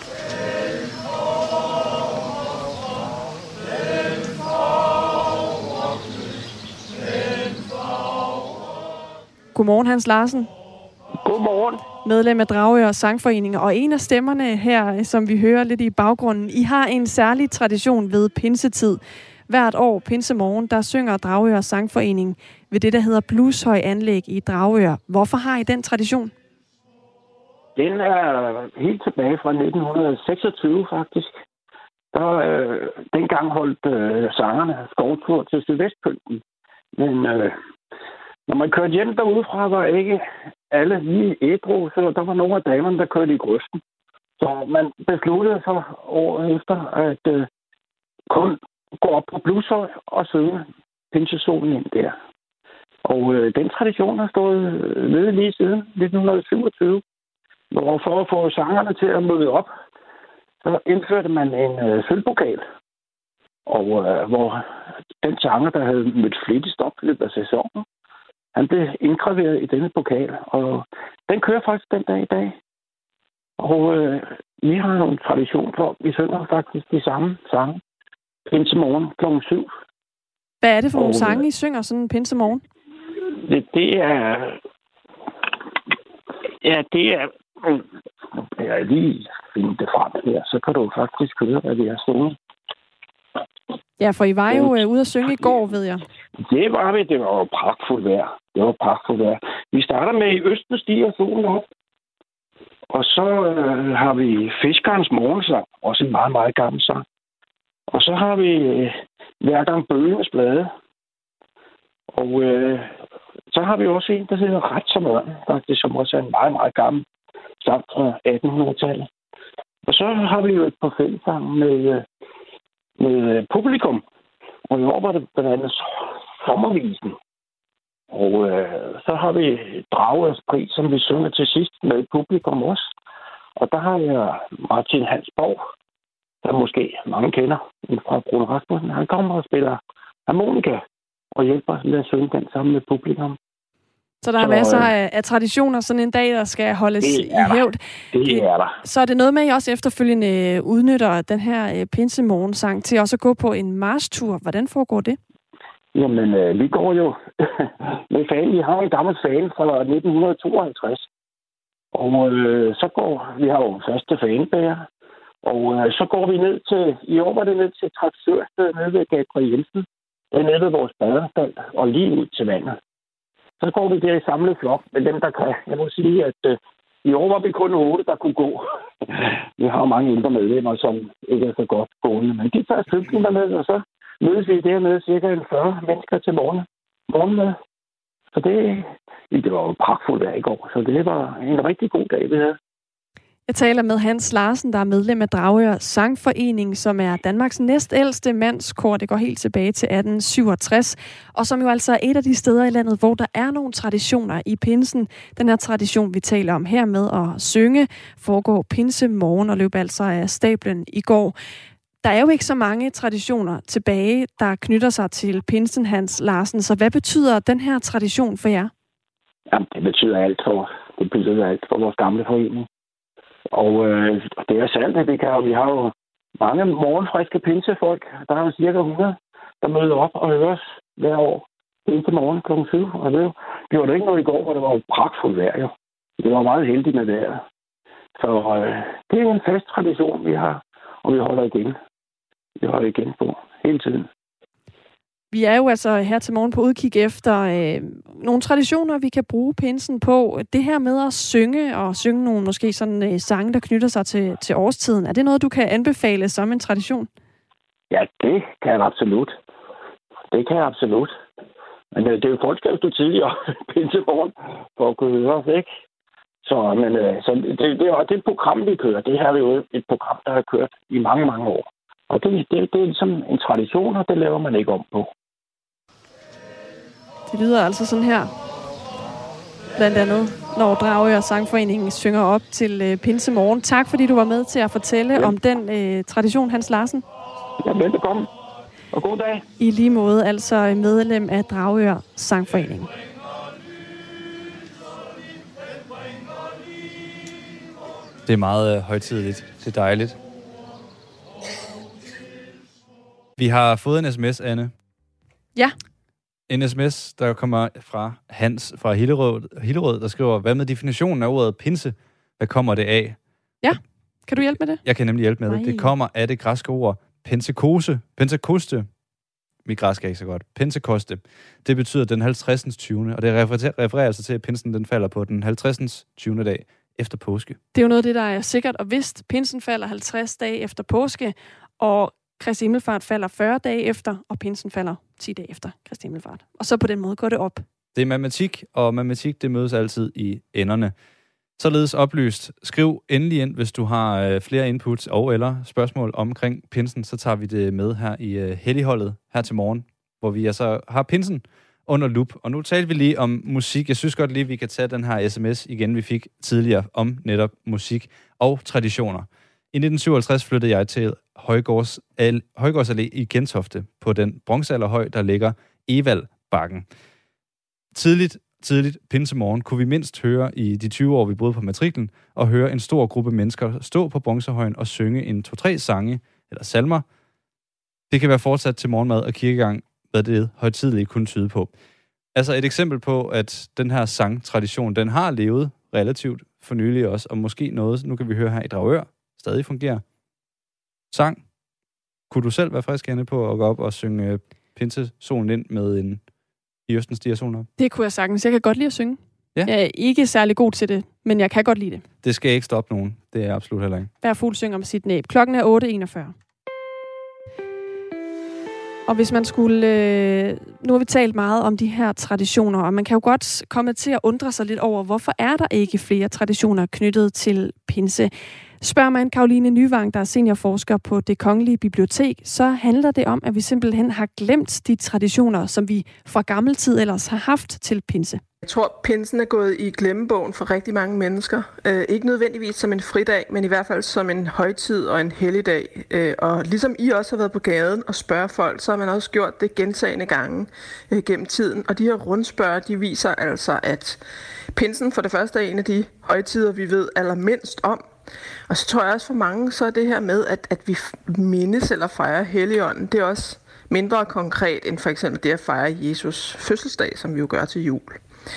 Godmorgen, Hans Larsen. Godmorgen. Medlem af Dragør Sangforening, og en af stemmerne her, som vi hører lidt i baggrunden. I har en særlig tradition ved pinsetid. Hvert år, pinsemorgen, der synger Dragør Sangforening ved det, der hedder Blueshøj Anlæg i Dragør. Hvorfor har I den tradition? Den er helt tilbage fra 1926, faktisk. Dengang holdt sangerne skovtur til Sydvestpynten. Men når man kørte hjem derudefra, var ikke alle lige ædru, så der var nogle af damerne, der kørte i grøften. Så man besluttede så året efter, at kun gå op på Blueshøj og synge pinsesolen ind der. Og den tradition har stået ved lige siden 1927, hvor for at få sangerne til at møde op, så indførte man en sølvpokal, og hvor den sanger, der havde mødt flittigst op i løbet af sæsonen, han blev indgraveret i denne pokal, og den kører faktisk den dag i dag. Og vi har jo en tradition for, vi synger faktisk de samme sange pinsemorgen kl. 7. Hvad er det for nogle sange, I synger sådan en pinsemorgen? Det er... Ja, det er... Jeg lige finde det frem her, så kan du faktisk høre, hvad vi har sunget. Ja, for I var jo ude at synge i går, ved jeg. Det var vi. Det var jo pragtfuldt vejr. Vi starter med I Østen stiger solen op. Og så har vi Fiskerens morgensang, også en meget, meget gammel sang. Og så har vi Hver gang bølgens blade. Og så har vi også en, der hedder Ret som ørn, faktisk, som også er en meget, meget gammel sang fra 1800-tallet. Og så har vi jo et par fællessange med publikum. Og i år var det blandt andet Sommervisen. Og så har vi Dragørs pris, som vi synger til sidst med publikum også. Og der har jeg Martin Hansborg, der måske mange kender fra Brune Rasmussen. Han kommer og spiller harmonika og hjælper med at synge den sammen med publikum. Så der er masser af traditioner sådan en dag, der skal holdes i hævd. Det er der. Så er det noget med, at I også efterfølgende udnytter den her pinsemorgensang til også at gå på en marchtur. Hvordan foregår det? Jamen, vi går jo med fanen. Vi har en gammel fan fra 1952. Og så går vi har jo første fanebærer. Og så går vi ned til, i år var det ned til Traktørsted, nede ved Gabriel Jensen. Det er nede ved vores badeanstalt og lige ud til vandet. Så går vi der i samlet flok med dem, der kan. Jeg må sige, at i år var vi kun 8, der kunne gå. Vi har mange indre medlemmer, som ikke er så godt gående. Men de tager stykken dernede, og så mødes vi dernede cirka 40 mennesker til morgenmad. Så det var jo pragtfuldt vejr i går. Så det var en rigtig god dag, vi havde. Jeg taler med Hans Larsen, der er medlem af Dragør Sangforening, som er Danmarks næstældste mandskor. Det går helt tilbage til 1867, og som jo altså er et af de steder i landet, hvor der er nogle traditioner i pinsen. Den her tradition, vi taler om her med at synge, foregår pinsemorgen og løb altså af stablen i går. Der er jo ikke så mange traditioner tilbage, der knytter sig til pinsen, Hans Larsen. Så hvad betyder den her tradition for jer? Jamen, det betyder alt for vores gamle forening. Og det er sandt, at vi har jo mange morgenfriske pinsefolk. Der er jo cirka 100, der møder op og hører os hver år. Indtil morgen kl. 7. Og det gjorde det ikke noget i går, hvor det var pragtfuldt vejr. Jo. Det var meget heldigt med vejret. Så det er en fast tradition, vi har, og vi holder igen. Vi holder igen på hele tiden. Vi er jo altså her til morgen på udkig efter nogle traditioner, vi kan bruge pinsen på. Det her med at synge nogle måske sådan sange, der knytter sig til årstiden. Er det noget, du kan anbefale som en tradition? Ja, det kan jeg absolut. Men det er jo folk, der stå tidligere pinsemorgen for at kunne høre os, ikke? Så det program, vi kører, det her er jo et program, der har kørt i mange, mange år. Og det er ligesom en tradition, og det laver man ikke om på. Det lyder altså sådan her. Blandt andet, når Dragør Sangforeningen synger op til pinsemorgen. Tak, fordi du var med til at fortælle om den tradition, Hans Larsen. Ja, velbekomme. Og god dag. I lige måde, altså medlem af Dragør Sangforeningen. Det er meget højtideligt. Det er dejligt. Vi har fået en sms, Anne. Ja. En sms, der kommer fra Hans fra Hillerød, der skriver, hvad med definitionen af ordet pinse? Hvad kommer det af? Ja, kan du hjælpe med det? Jeg kan nemlig hjælpe med det. Det kommer af det græske ord pentekoste. Mit græsk er ikke så godt. Pentekoste. Det betyder den 50. 20. Og det refererer altså til, at pinsen den falder på den 50. 20. dag efter påske. Det er jo noget af det, der er sikkert og vist. Pinsen falder 50 dage efter påske, og Kristi Himmelfart falder 40 dage efter, og pinsen falder 10 dage efter Kristi Himmelfart. Og så på den måde går det op. Det er matematik, og matematik det mødes altid i enderne. Således oplyst. Skriv endelig ind, hvis du har flere inputs og eller spørgsmål omkring pinsen, så tager vi det med her i Helligholdet her til morgen, hvor vi altså har pinsen under lup. Og nu talte vi lige om musik. Jeg synes godt lige, vi kan tage den her sms igen, vi fik tidligere om netop musik og traditioner. I 1957 flyttede jeg til Højgårds Allé i Gentofte på den bronzealderhøj, der ligger Evaldbakken. Tidligt pinsemorgen kunne vi mindst høre i de 20 år, vi boede på matriklen, og høre en stor gruppe mennesker stå på bronzehøjen og synge en 2-3 sange eller salmer. Det kan være fortsat til morgenmad og kirkegang, hvad det højtidelige kunne tyde på. Altså et eksempel på, at den her sangtradition, den har levet relativt for nylig også, og måske noget, nu kan vi høre her i Dragør, stadig fungerer. Sang. Kunne du selv være frisk henne på at gå op og synge pinsesolen ind med en I Østen stiger solen op? Det kunne jeg sagtens. Jeg kan godt lide at synge. Ja. Jeg er ikke særlig god til det, men jeg kan godt lide det. Det skal ikke stoppe nogen. Det er absolut heller ikke. Hver fugl synger om sit næb. Klokken er 8:41. Og hvis man skulle... Nu har vi talt meget om de her traditioner, og man kan jo godt komme til at undre sig lidt over, hvorfor er der ikke flere traditioner knyttet til pinse? Spørger man Caroline Nyvang, der er seniorforsker på Det Kongelige Bibliotek, så handler det om, at vi simpelthen har glemt de traditioner, som vi fra gammel tid ellers har haft til pinse. Jeg tror, pinsen er gået i glemmebogen for rigtig mange mennesker. Ikke nødvendigvis som en fridag, men i hvert fald som en højtid og en helligdag. Og ligesom I også har været på gaden og spørger folk, så har man også gjort det gentagne gange gennem tiden. Og de her rundspørger, de viser altså, at pinsen for det første er en af de højtider, vi ved allermindst om. Og så tror jeg også for mange, så er det her med, at vi mindes eller fejrer Helligånden, det er også mindre konkret end for eksempel det at fejre Jesus fødselsdag, som vi jo gør til jul.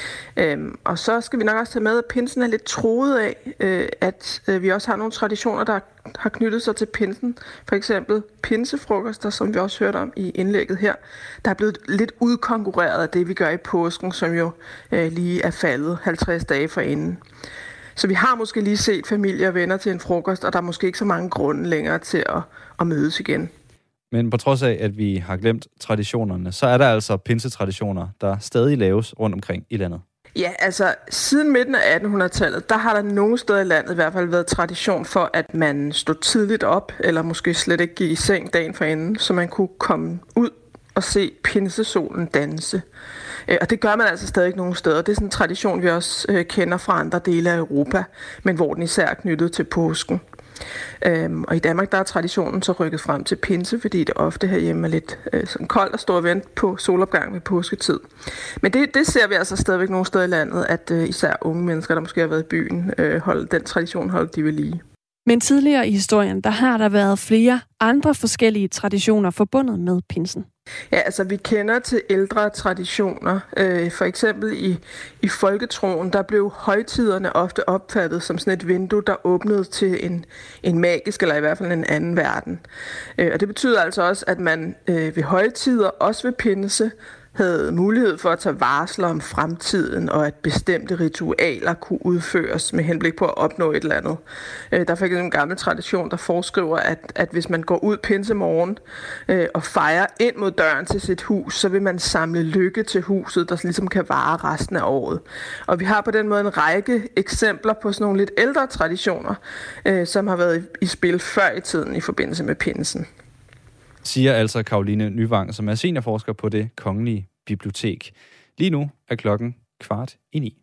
Og så skal vi nok også tage med, at pinsen er lidt truet af, at vi også har nogle traditioner, der har knyttet sig til pinsen. For eksempel pinsefrokoster, som vi også hørte om i indlægget her, der er blevet lidt udkonkurreret af det, vi gør i påsken, som jo lige er faldet 50 dage forinden. Så vi har måske lige set familie og venner til en frokost, og der er måske ikke så mange grunde længere til at mødes igen. Men på trods af, at vi har glemt traditionerne, så er der altså pinsetraditioner, der stadig laves rundt omkring i landet. Ja, altså siden midten af 1800-tallet, der har der nogle steder i landet i hvert fald været tradition for, at man stod tidligt op, eller måske slet ikke gik i seng dagen forinden, så man kunne komme ud og se pinsesolen danse. Og det gør man altså stadig nogle steder. Det er sådan en tradition, vi også kender fra andre dele af Europa, men hvor den især er knyttet til påsken. Og i Danmark, der er traditionen så rykket frem til pinse, fordi det ofte herhjemme er lidt sådan koldt at stå og vente på solopgang ved påsketid. Men det ser vi altså stadigvæk nogle steder i landet, at især unge mennesker, der måske har været i byen, den tradition holder de ved lige. Men tidligere i historien, der har der været flere andre forskellige traditioner forbundet med pinsen. Ja, altså vi kender til ældre traditioner. For eksempel i folketroen, der blev højtiderne ofte opfattet som sådan et vindue, der åbnede til en magisk, eller i hvert fald en anden verden. Og det betyder altså også, at man ved højtider, også ved pinse, havde mulighed for at tage varsler om fremtiden, og at bestemte ritualer kunne udføres med henblik på at opnå et eller andet. Der er faktisk en gammel tradition, der foreskriver, at hvis man går ud pinsemorgen og fejrer ind mod døren til sit hus, så vil man samle lykke til huset, der ligesom kan vare resten af året. Og vi har på den måde en række eksempler på sådan nogle lidt ældre traditioner, som har været i spil før i tiden i forbindelse med pinsen. siger altså Caroline Nyvang, som er seniorforsker på Det Kongelige Bibliotek. Lige nu er klokken 8:45.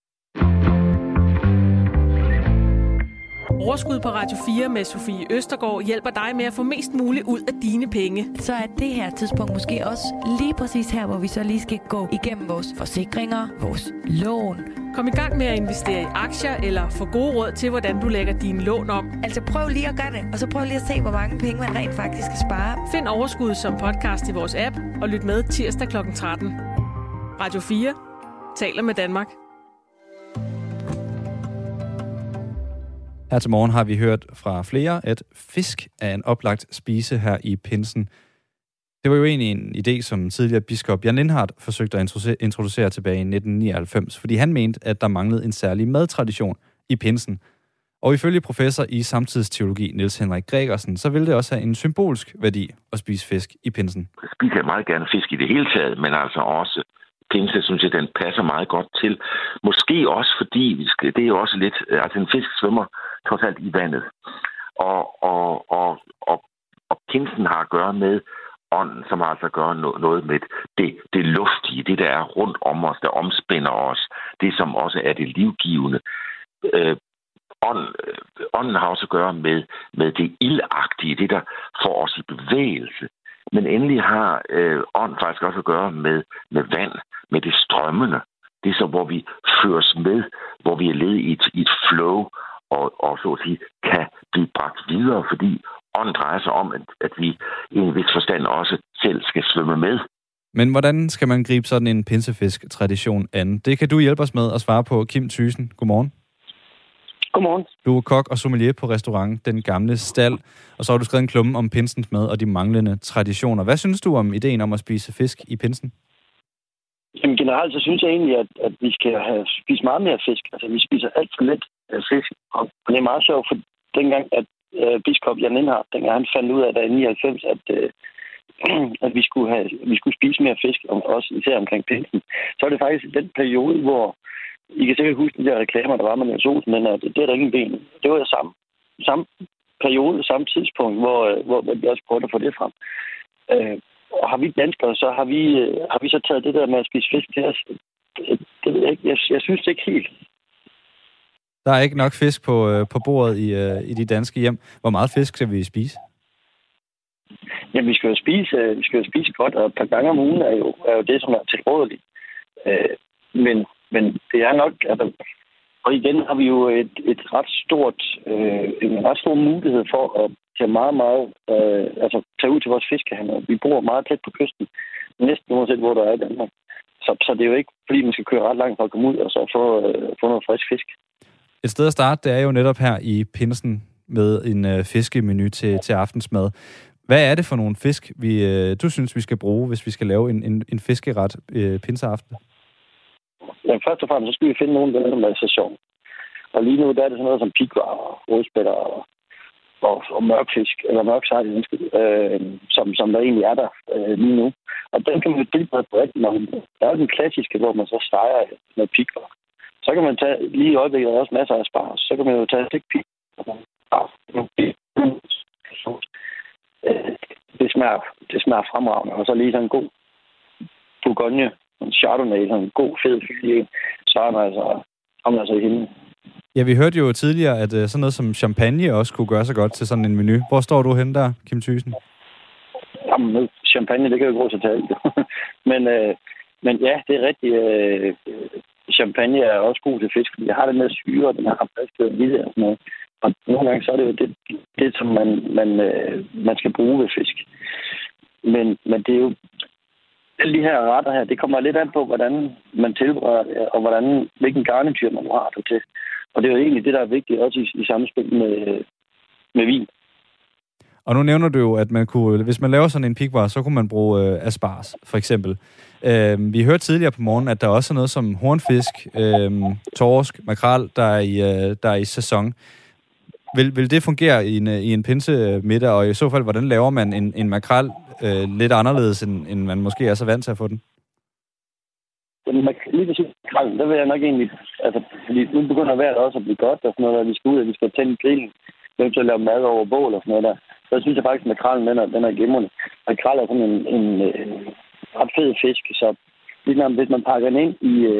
Overskud på Radio 4 med Sofie Østergaard hjælper dig med at få mest muligt ud af dine penge. Så er det her tidspunkt måske også lige præcis her, hvor vi så lige skal gå igennem vores forsikringer, vores lån. Kom i gang med at investere i aktier eller få gode råd til, hvordan du lægger dine lån om. Altså prøv lige at gøre det, og så prøv lige at se, hvor mange penge man rent faktisk skal spare. Find Overskud som podcast i vores app og lyt med tirsdag kl. 13. Radio 4 taler med Danmark. Her til morgen har vi hørt fra flere, at fisk er en oplagt spise her i pinsen. Det var jo egentlig en idé, som tidligere biskop Jan Lindhardt forsøgte at introducere tilbage i 1999, fordi han mente, at der manglede en særlig madtradition i pinsen. Og ifølge professor i samtidsteologi Niels Henrik Gregersen, så ville det også have en symbolsk værdi at spise fisk i pinsen. Jeg spiser meget gerne fisk i det hele taget, men altså også pinse, synes jeg, den passer meget godt til. Måske også fordi, det er jo også lidt, altså en fisk svømmer trods alt i vandet. Og pinsen har at gøre med ånden, som altså gør noget med det luftige, det der er rundt om os, der omspænder os, det som også er det livgivende. Ånden har også at gøre med det ildagtige, det der får os i bevægelse. Men endelig har ånden faktisk også at gøre med vand, med det strømmende. Det er så, hvor vi føres med, hvor vi er led i et flow, og så at sige, kan blive bragt videre, fordi ånden drejer sig om, at vi i en vis forstand også selv skal svømme med. Men hvordan skal man gribe sådan en pinsefisk-tradition an? Det kan du hjælpe os med at svare på, Kim Thyssen. Godmorgen. Godmorgen. Du er kok og sommelier på restaurant Den Gamle Stald, og så har du skrevet en klumme om pinsens mad og de manglende traditioner. Hvad synes du om ideen om at spise fisk i pinsen? Jamen generelt så synes jeg egentlig, at vi skal spise meget mere fisk. Altså vi spiser alt for lidt fisk, og det er meget sjovt, for dengang, at biskop Jan Lindhardt, dengang han fandt ud af, da i 99, at vi skulle spise mere fisk, også især omkring pinsen, så er det faktisk den periode, hvor I kan sikkert huske de der reklamer, der var med Niels Olsen, men det er der ingen ben. Det var samme periode, samme tidspunkt, hvor vi også prøvede at få det frem. Og har vi danskere, så har vi så taget det der med at spise fisk til os. Det ved jeg ikke. Jeg synes det ikke helt. Der er ikke nok fisk på bordet i de danske hjem. Hvor meget fisk skal vi spise? Jamen, vi skal jo spise godt, og et par gange om ugen er jo det, som er tilrådeligt. Men det er nok, altså, og igen har vi jo en ret stor mulighed for at tage tage ud til vores fiskehandler. Vi bor meget tæt på kysten, næsten uanset hvor der er i Danmark. Så det er jo ikke, fordi man skal køre ret langt for at komme ud og så få noget frisk fisk. Et sted at starte, det er jo netop her i pinsen med en fiskemenu til aftensmad. Hvad er det for nogle fisk, du synes, vi skal bruge, hvis vi skal lave en fiskeret pinseaften? Jamen, først og fremmest, så skal vi finde nogen, der er sæson. Og lige nu, der er det sådan noget som pighvar og rødspætter og mørkfisk, eller mørksejl, som der egentlig er der lige nu. Og den kan man jo tilberede på rigtig mange. Der er jo den klassiske, hvor man så steger med pighvar. Så kan man tage, lige i øjeblikket, der er også masser af asparges, så kan man jo tage stikpig. Det smager fremragende, og så lige sådan en god Bourgogne, en Chardonnay, sådan en god, fed fylde, så er man altså i himlen. Ja, vi hørte jo tidligere, at sådan noget som champagne også kunne gøre sig godt til sådan en menu. Hvor står du henne der, Kim Thyssen? Jamen, champagne, det kan jo gå så til alt. Men ja, det er rigtigt. Champagne er også god til fisk, fordi jeg har den med syre, den har friskhed og vildt og sådan noget. Og nogle gange så er det jo det som man skal bruge ved fisk. Men det er jo alle de her retter her, det kommer lidt an på, hvordan man tilbereder det, og hvilken garnityr man har det til. Og det er jo egentlig det, der er vigtigt også i samspil med vin. Og nu nævner du jo, at man kunne, hvis man laver sådan en pighvar, så kunne man bruge asparges, for eksempel. Vi hørte tidligere på morgen, at der også er noget som hornfisk, torsk, makrel, der er i sæson. Vil det fungere i en pinsemiddag, og i så fald, hvordan laver man en makrel lidt anderledes, end man måske er så vant til at få den? Lige præcis makrellen, der vil jeg nok egentlig, altså, fordi nu begynder vejret også at blive godt, og sådan noget, der vi skal ud, og vi skal tænde grillen, vi skal lave mad over bål og sådan noget der. Så jeg synes jeg faktisk, at makrellen, den er glimrende. makrel er sådan en ret fed fisk, så hvis man pakker den ind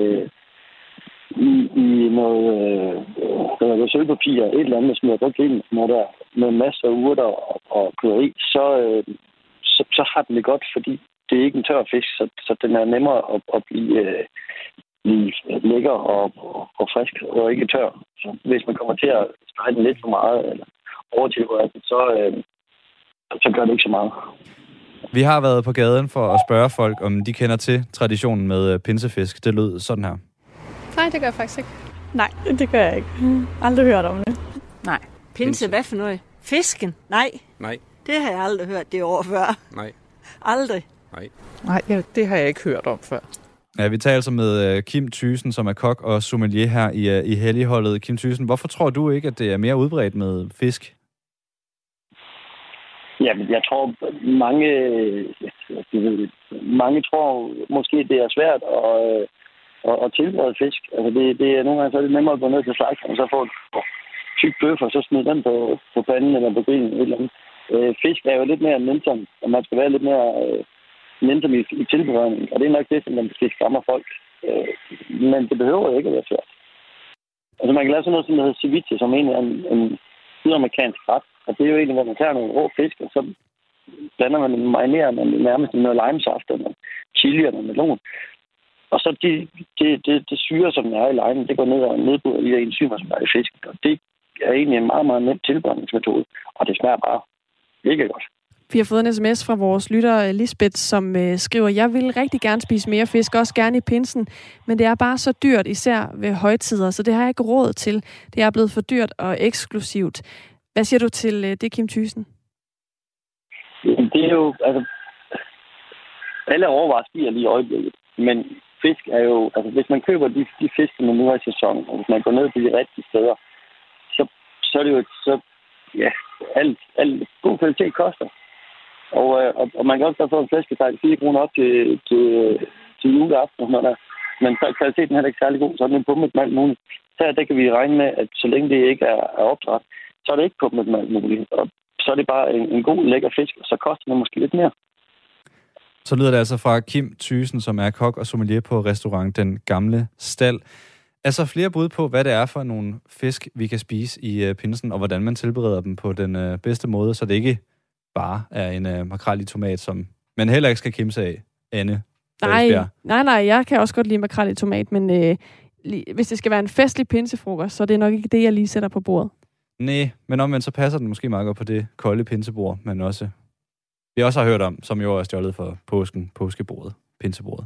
i noget sølvpapir, et eller andet, med smider på grillen, med masser af urter og krydderi, så har den det godt, fordi det er ikke en tør fisk, så den er nemmere at blive lækker og frisk, og ikke tør. Så hvis man kommer til at stege den lidt for meget, eller overtilrøre den, så gør det ikke så meget. Vi har været på gaden for at spørge folk, om de kender til traditionen med pinsefisk. Det lød sådan her. Nej, det gør jeg faktisk ikke. Nej, det gør jeg ikke. Aldrig hørt om det. Nej. Pinse, hvad for noget? Fisken? Nej. Det har jeg aldrig hørt det år før. Nej. Aldrig. Nej, det har jeg ikke hørt om før. Ja, vi taler altså med Kim Thyssen, som er kok og sommelier her i Helligholdet. Kim Thyssen, hvorfor tror du ikke, at det er mere udbredt med fisk? Jamen, jeg tror, mange tror måske, det er svært at tilberede fisk. Altså, det er nogle gange så er det nemmere at gå ned til slagteren, og så få en tyk bøf, og så smide den på panden eller på grillen eller et eller andet. Fisk er jo lidt mere nænsom, og man skal være lidt mere nænsom i tilberedning, og det er nok det, som man måske skræmmer folk. Men det behøver jo ikke at være svært. Altså, man kan lave sådan noget, som hedder ceviche, som egentlig er en sydamerikansk ret. Og det er jo egentlig, hvor man tager nogle rå fisk, og så blander man den, marinerer man nærmest med noget limesaft, og noget chili og noget melon. Og så det syre, som er i limen, det går ned og nedbryder de enzymer, som er i fisken. Og det er egentlig en meget, meget nem tilberedningsmetode, og det smager bare ikke godt. Vi har fået en sms fra vores lytter Lisbeth, som skriver, jeg vil rigtig gerne spise mere fisk, også gerne i pinsen, men det er bare så dyrt, især ved højtider, så det har jeg ikke råd til. Det er blevet for dyrt og eksklusivt. Hvad siger du til det, Kim Thyssen? Det er jo, altså, alle råvarer stiger lige i øjeblikket, men fisk er jo, altså hvis man køber de fisk, som nu er i sæson, og hvis man går ned på de rigtige steder, så er det jo, alt god kvalitet koster. Og man kan også få en flæskesteg 4 kroner op til juleaften og sådan noget. Men så er kvaliteten heller ikke særlig god, så er den pummet med alt muligt. Der kan vi regne med, at så længe det ikke er opdræt, så er det ikke pummet med alt muligt. Og så er det bare en god, lækker fisk, og så koster det måske lidt mere. Så lyder det altså fra Kim Thyssen, som er kok og sommelier på restaurant Den Gamle Stald. Altså flere bud på, hvad det er for nogle fisk, vi kan spise i pinsen, og hvordan man tilbereder dem på den bedste måde, så det ikke bare er en makrel i tomat, som man heller ikke skal kimse af, Anne. Nej, jeg kan også godt lide makrel i tomat, men hvis det skal være en festlig pinsefrokost, så er det nok ikke det, jeg lige sætter på bordet. Nej, men omvendt så passer den måske meget godt på det kolde pinsebord, men også, vi også har hørt om, som jo er stjålet for påskebordet, pinsebordet.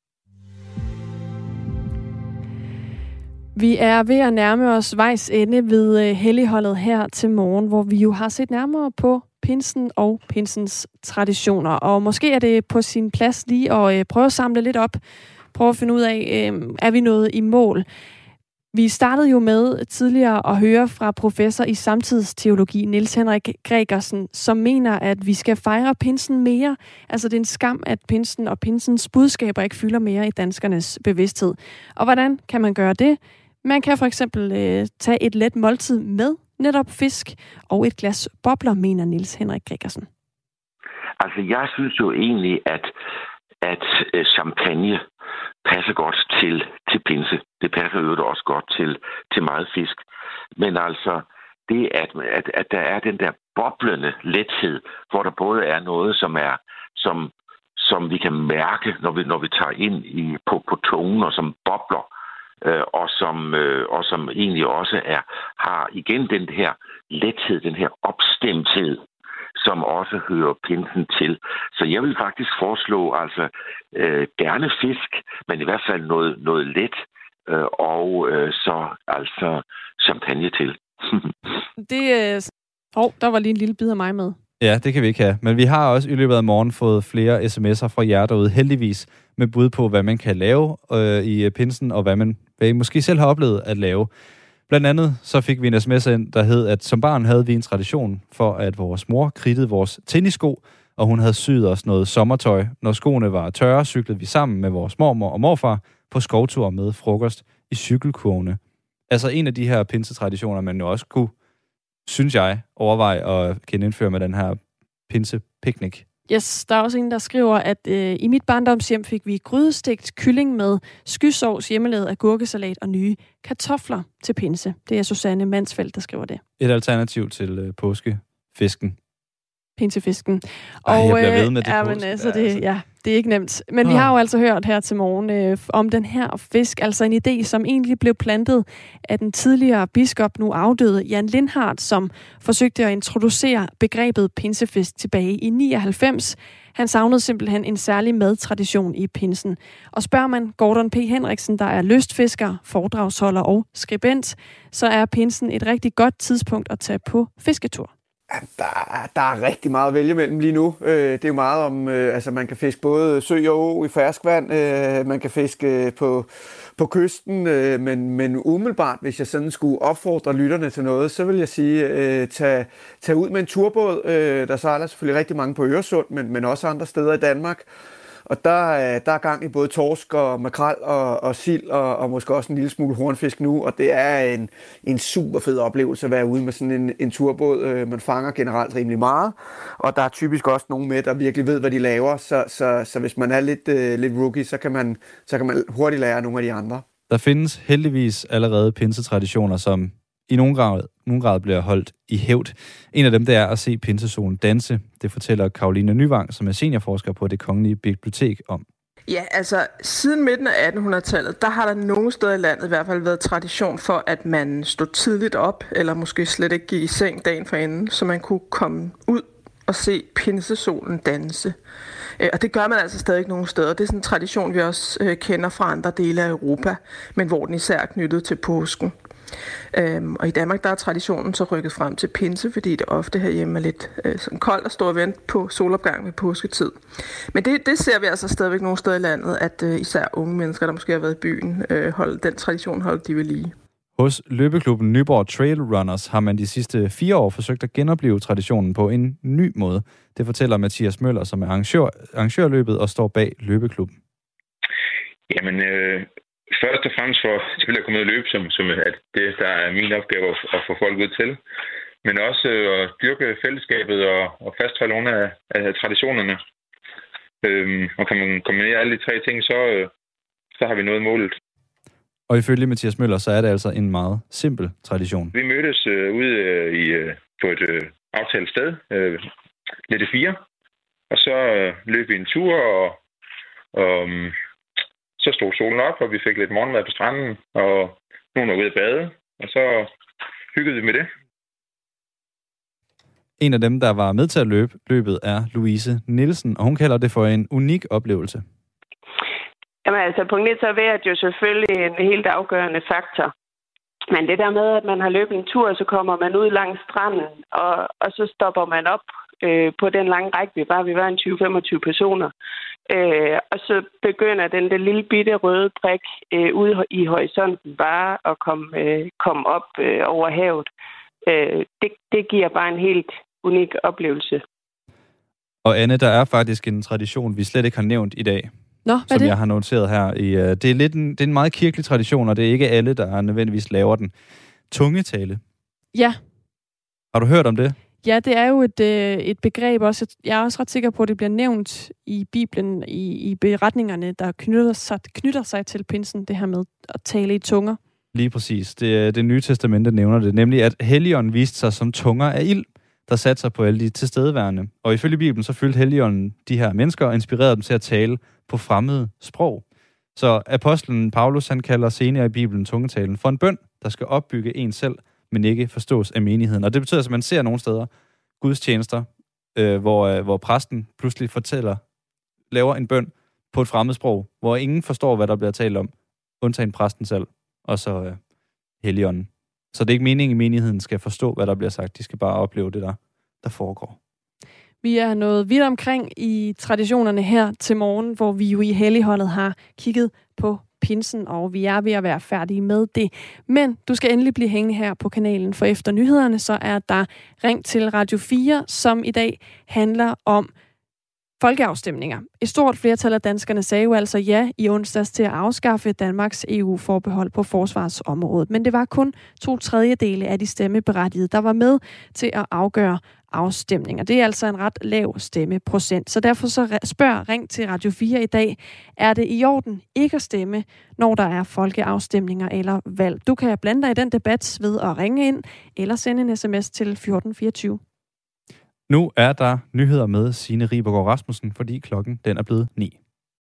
Vi er ved at nærme os vejs ende ved Helligholdet her til morgen, hvor vi jo har set nærmere på pinsen og pinsens traditioner. Og måske er det på sin plads lige at prøve at samle lidt op. Prøve at finde ud af, er vi nået i mål? Vi startede jo med tidligere at høre fra professor i samtidsteologi, Niels Henrik Gregersen, som mener, at vi skal fejre pinsen mere. Altså det er en skam, at pinsen og pinsens budskaber ikke fylder mere i danskernes bevidsthed. Og hvordan kan man gøre det? Man kan for eksempel tage et let måltid med netop fisk og et glas bobler, mener Niels Henrik Gregersen. Altså, jeg synes jo egentlig, at champagne passer godt til pinse. Det passer jo også godt til meget fisk. Men altså, det at der er den der boblende lethed, hvor der både er noget, som vi kan mærke, når vi tager ind på tungen, og som bobler, og som egentlig også har igen den her lethed, den her opstemthed, som også hører pinsen til. Så jeg vil faktisk foreslå gerne fisk, men i hvert fald noget let, og så altså champagne til. Der var lige en lille bid af mig med. Ja, det kan vi ikke have. Men vi har også i løbet af morgen fået flere sms'er fra jer derude, heldigvis, med bud på, hvad man kan lave i pinsen, og hvad I måske selv har oplevet at lave. Blandt andet så fik vi en sms ind, der hed, at som barn havde vi en tradition for, at vores mor kridtede vores tennissko, og hun havde syet os noget sommertøj. Når skoene var tørre, cyklede vi sammen med vores mormor og morfar på skovtur med frokost i cykelkurvene. Altså en af de her pinsetraditioner, man jo også kunne, synes jeg, overveje at indføre med den her pinsepiknik, Yes, der er også en, der skriver, at i mit barndomshjem fik vi grydestegt kylling med skysovs, hjemmelavet agurkesalat og nye kartofler til pinse. Det er Susanne Mansfeldt, der skriver det. Et alternativ til påskefisken. Pinsefisken. Jeg bliver ved med det. Det er ikke nemt. Men vi har jo altså hørt her til morgen om den her fisk, altså en idé, som egentlig blev plantet af den tidligere biskop, nu afdøde Jan Lindhardt, som forsøgte at introducere begrebet pinsefisk tilbage i 99. Han savnede simpelthen en særlig madtradition i pinsen. Og spørger man Gordon P. Henriksen, der er lystfisker, foredragsholder og skribent, så er pinsen et rigtig godt tidspunkt at tage på fisketur. Der er rigtig meget at vælge mellem lige nu. Det er jo meget om, man kan fiske både sø og å i ferskvand, man kan fiske på kysten, men umiddelbart, hvis jeg sådan skulle opfordre lytterne til noget, så vil jeg sige, tag ud med en turbåd. Der sejler selvfølgelig rigtig mange på Øresund, men også andre steder i Danmark. Og der er gang i både torsk og makrel og sild og måske også en lille smule hornfisk nu. Og det er en super fed oplevelse at være ude med sådan en turbåd. Man fanger generelt rimelig meget. Og der er typisk også nogen med, der virkelig ved, hvad de laver. Så hvis man er lidt rookie, så kan man hurtigt lære nogle af de andre. Der findes heldigvis allerede pinsetraditioner, som i nogen grad bliver holdt i hævd. En af dem, det er at se pinsesolen danse. Det fortæller Karoline Nyvang, som er seniorforsker på Det Kongelige Bibliotek om. Ja, altså siden midten af 1800-tallet, der har der nogle steder i landet i hvert fald været tradition for, at man stod tidligt op, eller måske slet ikke gik i seng dagen forinden, så man kunne komme ud og se pinsesolen danse. Og det gør man altså stadig nogle steder. Det er sådan en tradition, vi også kender fra andre dele af Europa, men hvor den især er knyttet til påsken. Og i Danmark, der er traditionen så rykket frem til pinse, fordi det ofte herhjemme er lidt sådan koldt at stå og vente på solopgang ved påsketid. Men det ser vi altså stadigvæk nogle steder i landet, at især unge mennesker, der måske har været i byen, den tradition holder de ved lige. Hos løbeklubben Nyborg Trail Runners har man de sidste 4 år forsøgt at genopleve traditionen på en ny måde. Det fortæller Mathias Møller, som er arrangørløbet og står bag løbeklubben. Jamen, først og fremmest for selvfølgelig at komme ud og løbe, som at det, der er min opgave at få folk ud til. Men også at dyrke fællesskabet og fastholde nogle af traditionerne. Og kan man kombinere alle de 3 ting, så har vi nået målet. Og ifølge Mathias Møller, så er det altså en meget simpel tradition. Vi mødtes ude på et aftalt sted, lidt i 4. Og så løb vi en tur, og så stod solen op, og vi fik lidt morgenmad på stranden, og nogen var ude at bade, og så hyggede vi med det. En af dem, der var med til at løbet, er Louise Nielsen, og hun kalder det for en unik oplevelse. Jamen altså, punkt 1, så er vejret jo selvfølgelig en helt afgørende faktor. Men det der med, at man har løbet en tur, så kommer man ud langs stranden, og så stopper man op på den lange række, vi var en 20-25 personer. Og så begynder den lille bitte røde prik ude i horisonten bare at komme op over havet. Det giver bare en helt unik oplevelse. Og Anne, der er faktisk en tradition, vi slet ikke har nævnt i dag. Som jeg har noteret her. Det er en meget kirkelig tradition, og det er ikke alle, der nødvendigvis laver den. Tungetale. Ja. Har du hørt om det? Ja, det er jo et begreb også. Jeg er også ret sikker på, at det bliver nævnt i Bibelen, i beretningerne, der knytter sig til pinsen, det her med at tale i tunger. Lige præcis. Det Nye Testamente nævner det, nemlig at Helligånden viste sig som tunger af ild, der satte sig på alle de tilstedeværende. Og ifølge Bibelen, så fyldte Helligånden de her mennesker og inspirerede dem til at tale på fremmede sprog. Så apostlen Paulus, han kalder senere i Bibelen tungetalen for en bøn, der skal opbygge en selv, men ikke forstås af menigheden. Og det betyder, at man ser nogle steder gudstjenester, hvor præsten pludselig laver en bøn på et fremmed sprog, hvor ingen forstår, hvad der bliver talt om, undtagen præsten selv, og så Helligånden. Så det er ikke meningen, at menigheden skal forstå, hvad der bliver sagt. De skal bare opleve det, der foregår. Vi er nået vidt omkring i traditionerne her til morgen, hvor vi jo i Helligholdet har kigget på pinsen, og vi er ved at være færdige med det. Men du skal endelig blive hængende her på kanalen, for efter nyhederne, så er der Ring til Radio 4, som i dag handler om folkeafstemninger. Et stort flertal af danskerne sagde jo altså ja i onsdags til at afskaffe Danmarks EU-forbehold på forsvarsområdet. Men det var kun 2/3 af de stemmeberettigede, der var med til at afgøre afstemninger. Det er altså en ret lav stemmeprocent. Så derfor så ring til Radio 4 i dag. Er det i orden ikke at stemme, når der er folkeafstemninger eller valg? Du kan blande dig i den debat ved at ringe ind eller sende en sms til 1424. Nu er der nyheder med Signe Ribergaard Rasmussen, fordi klokken den er blevet 9.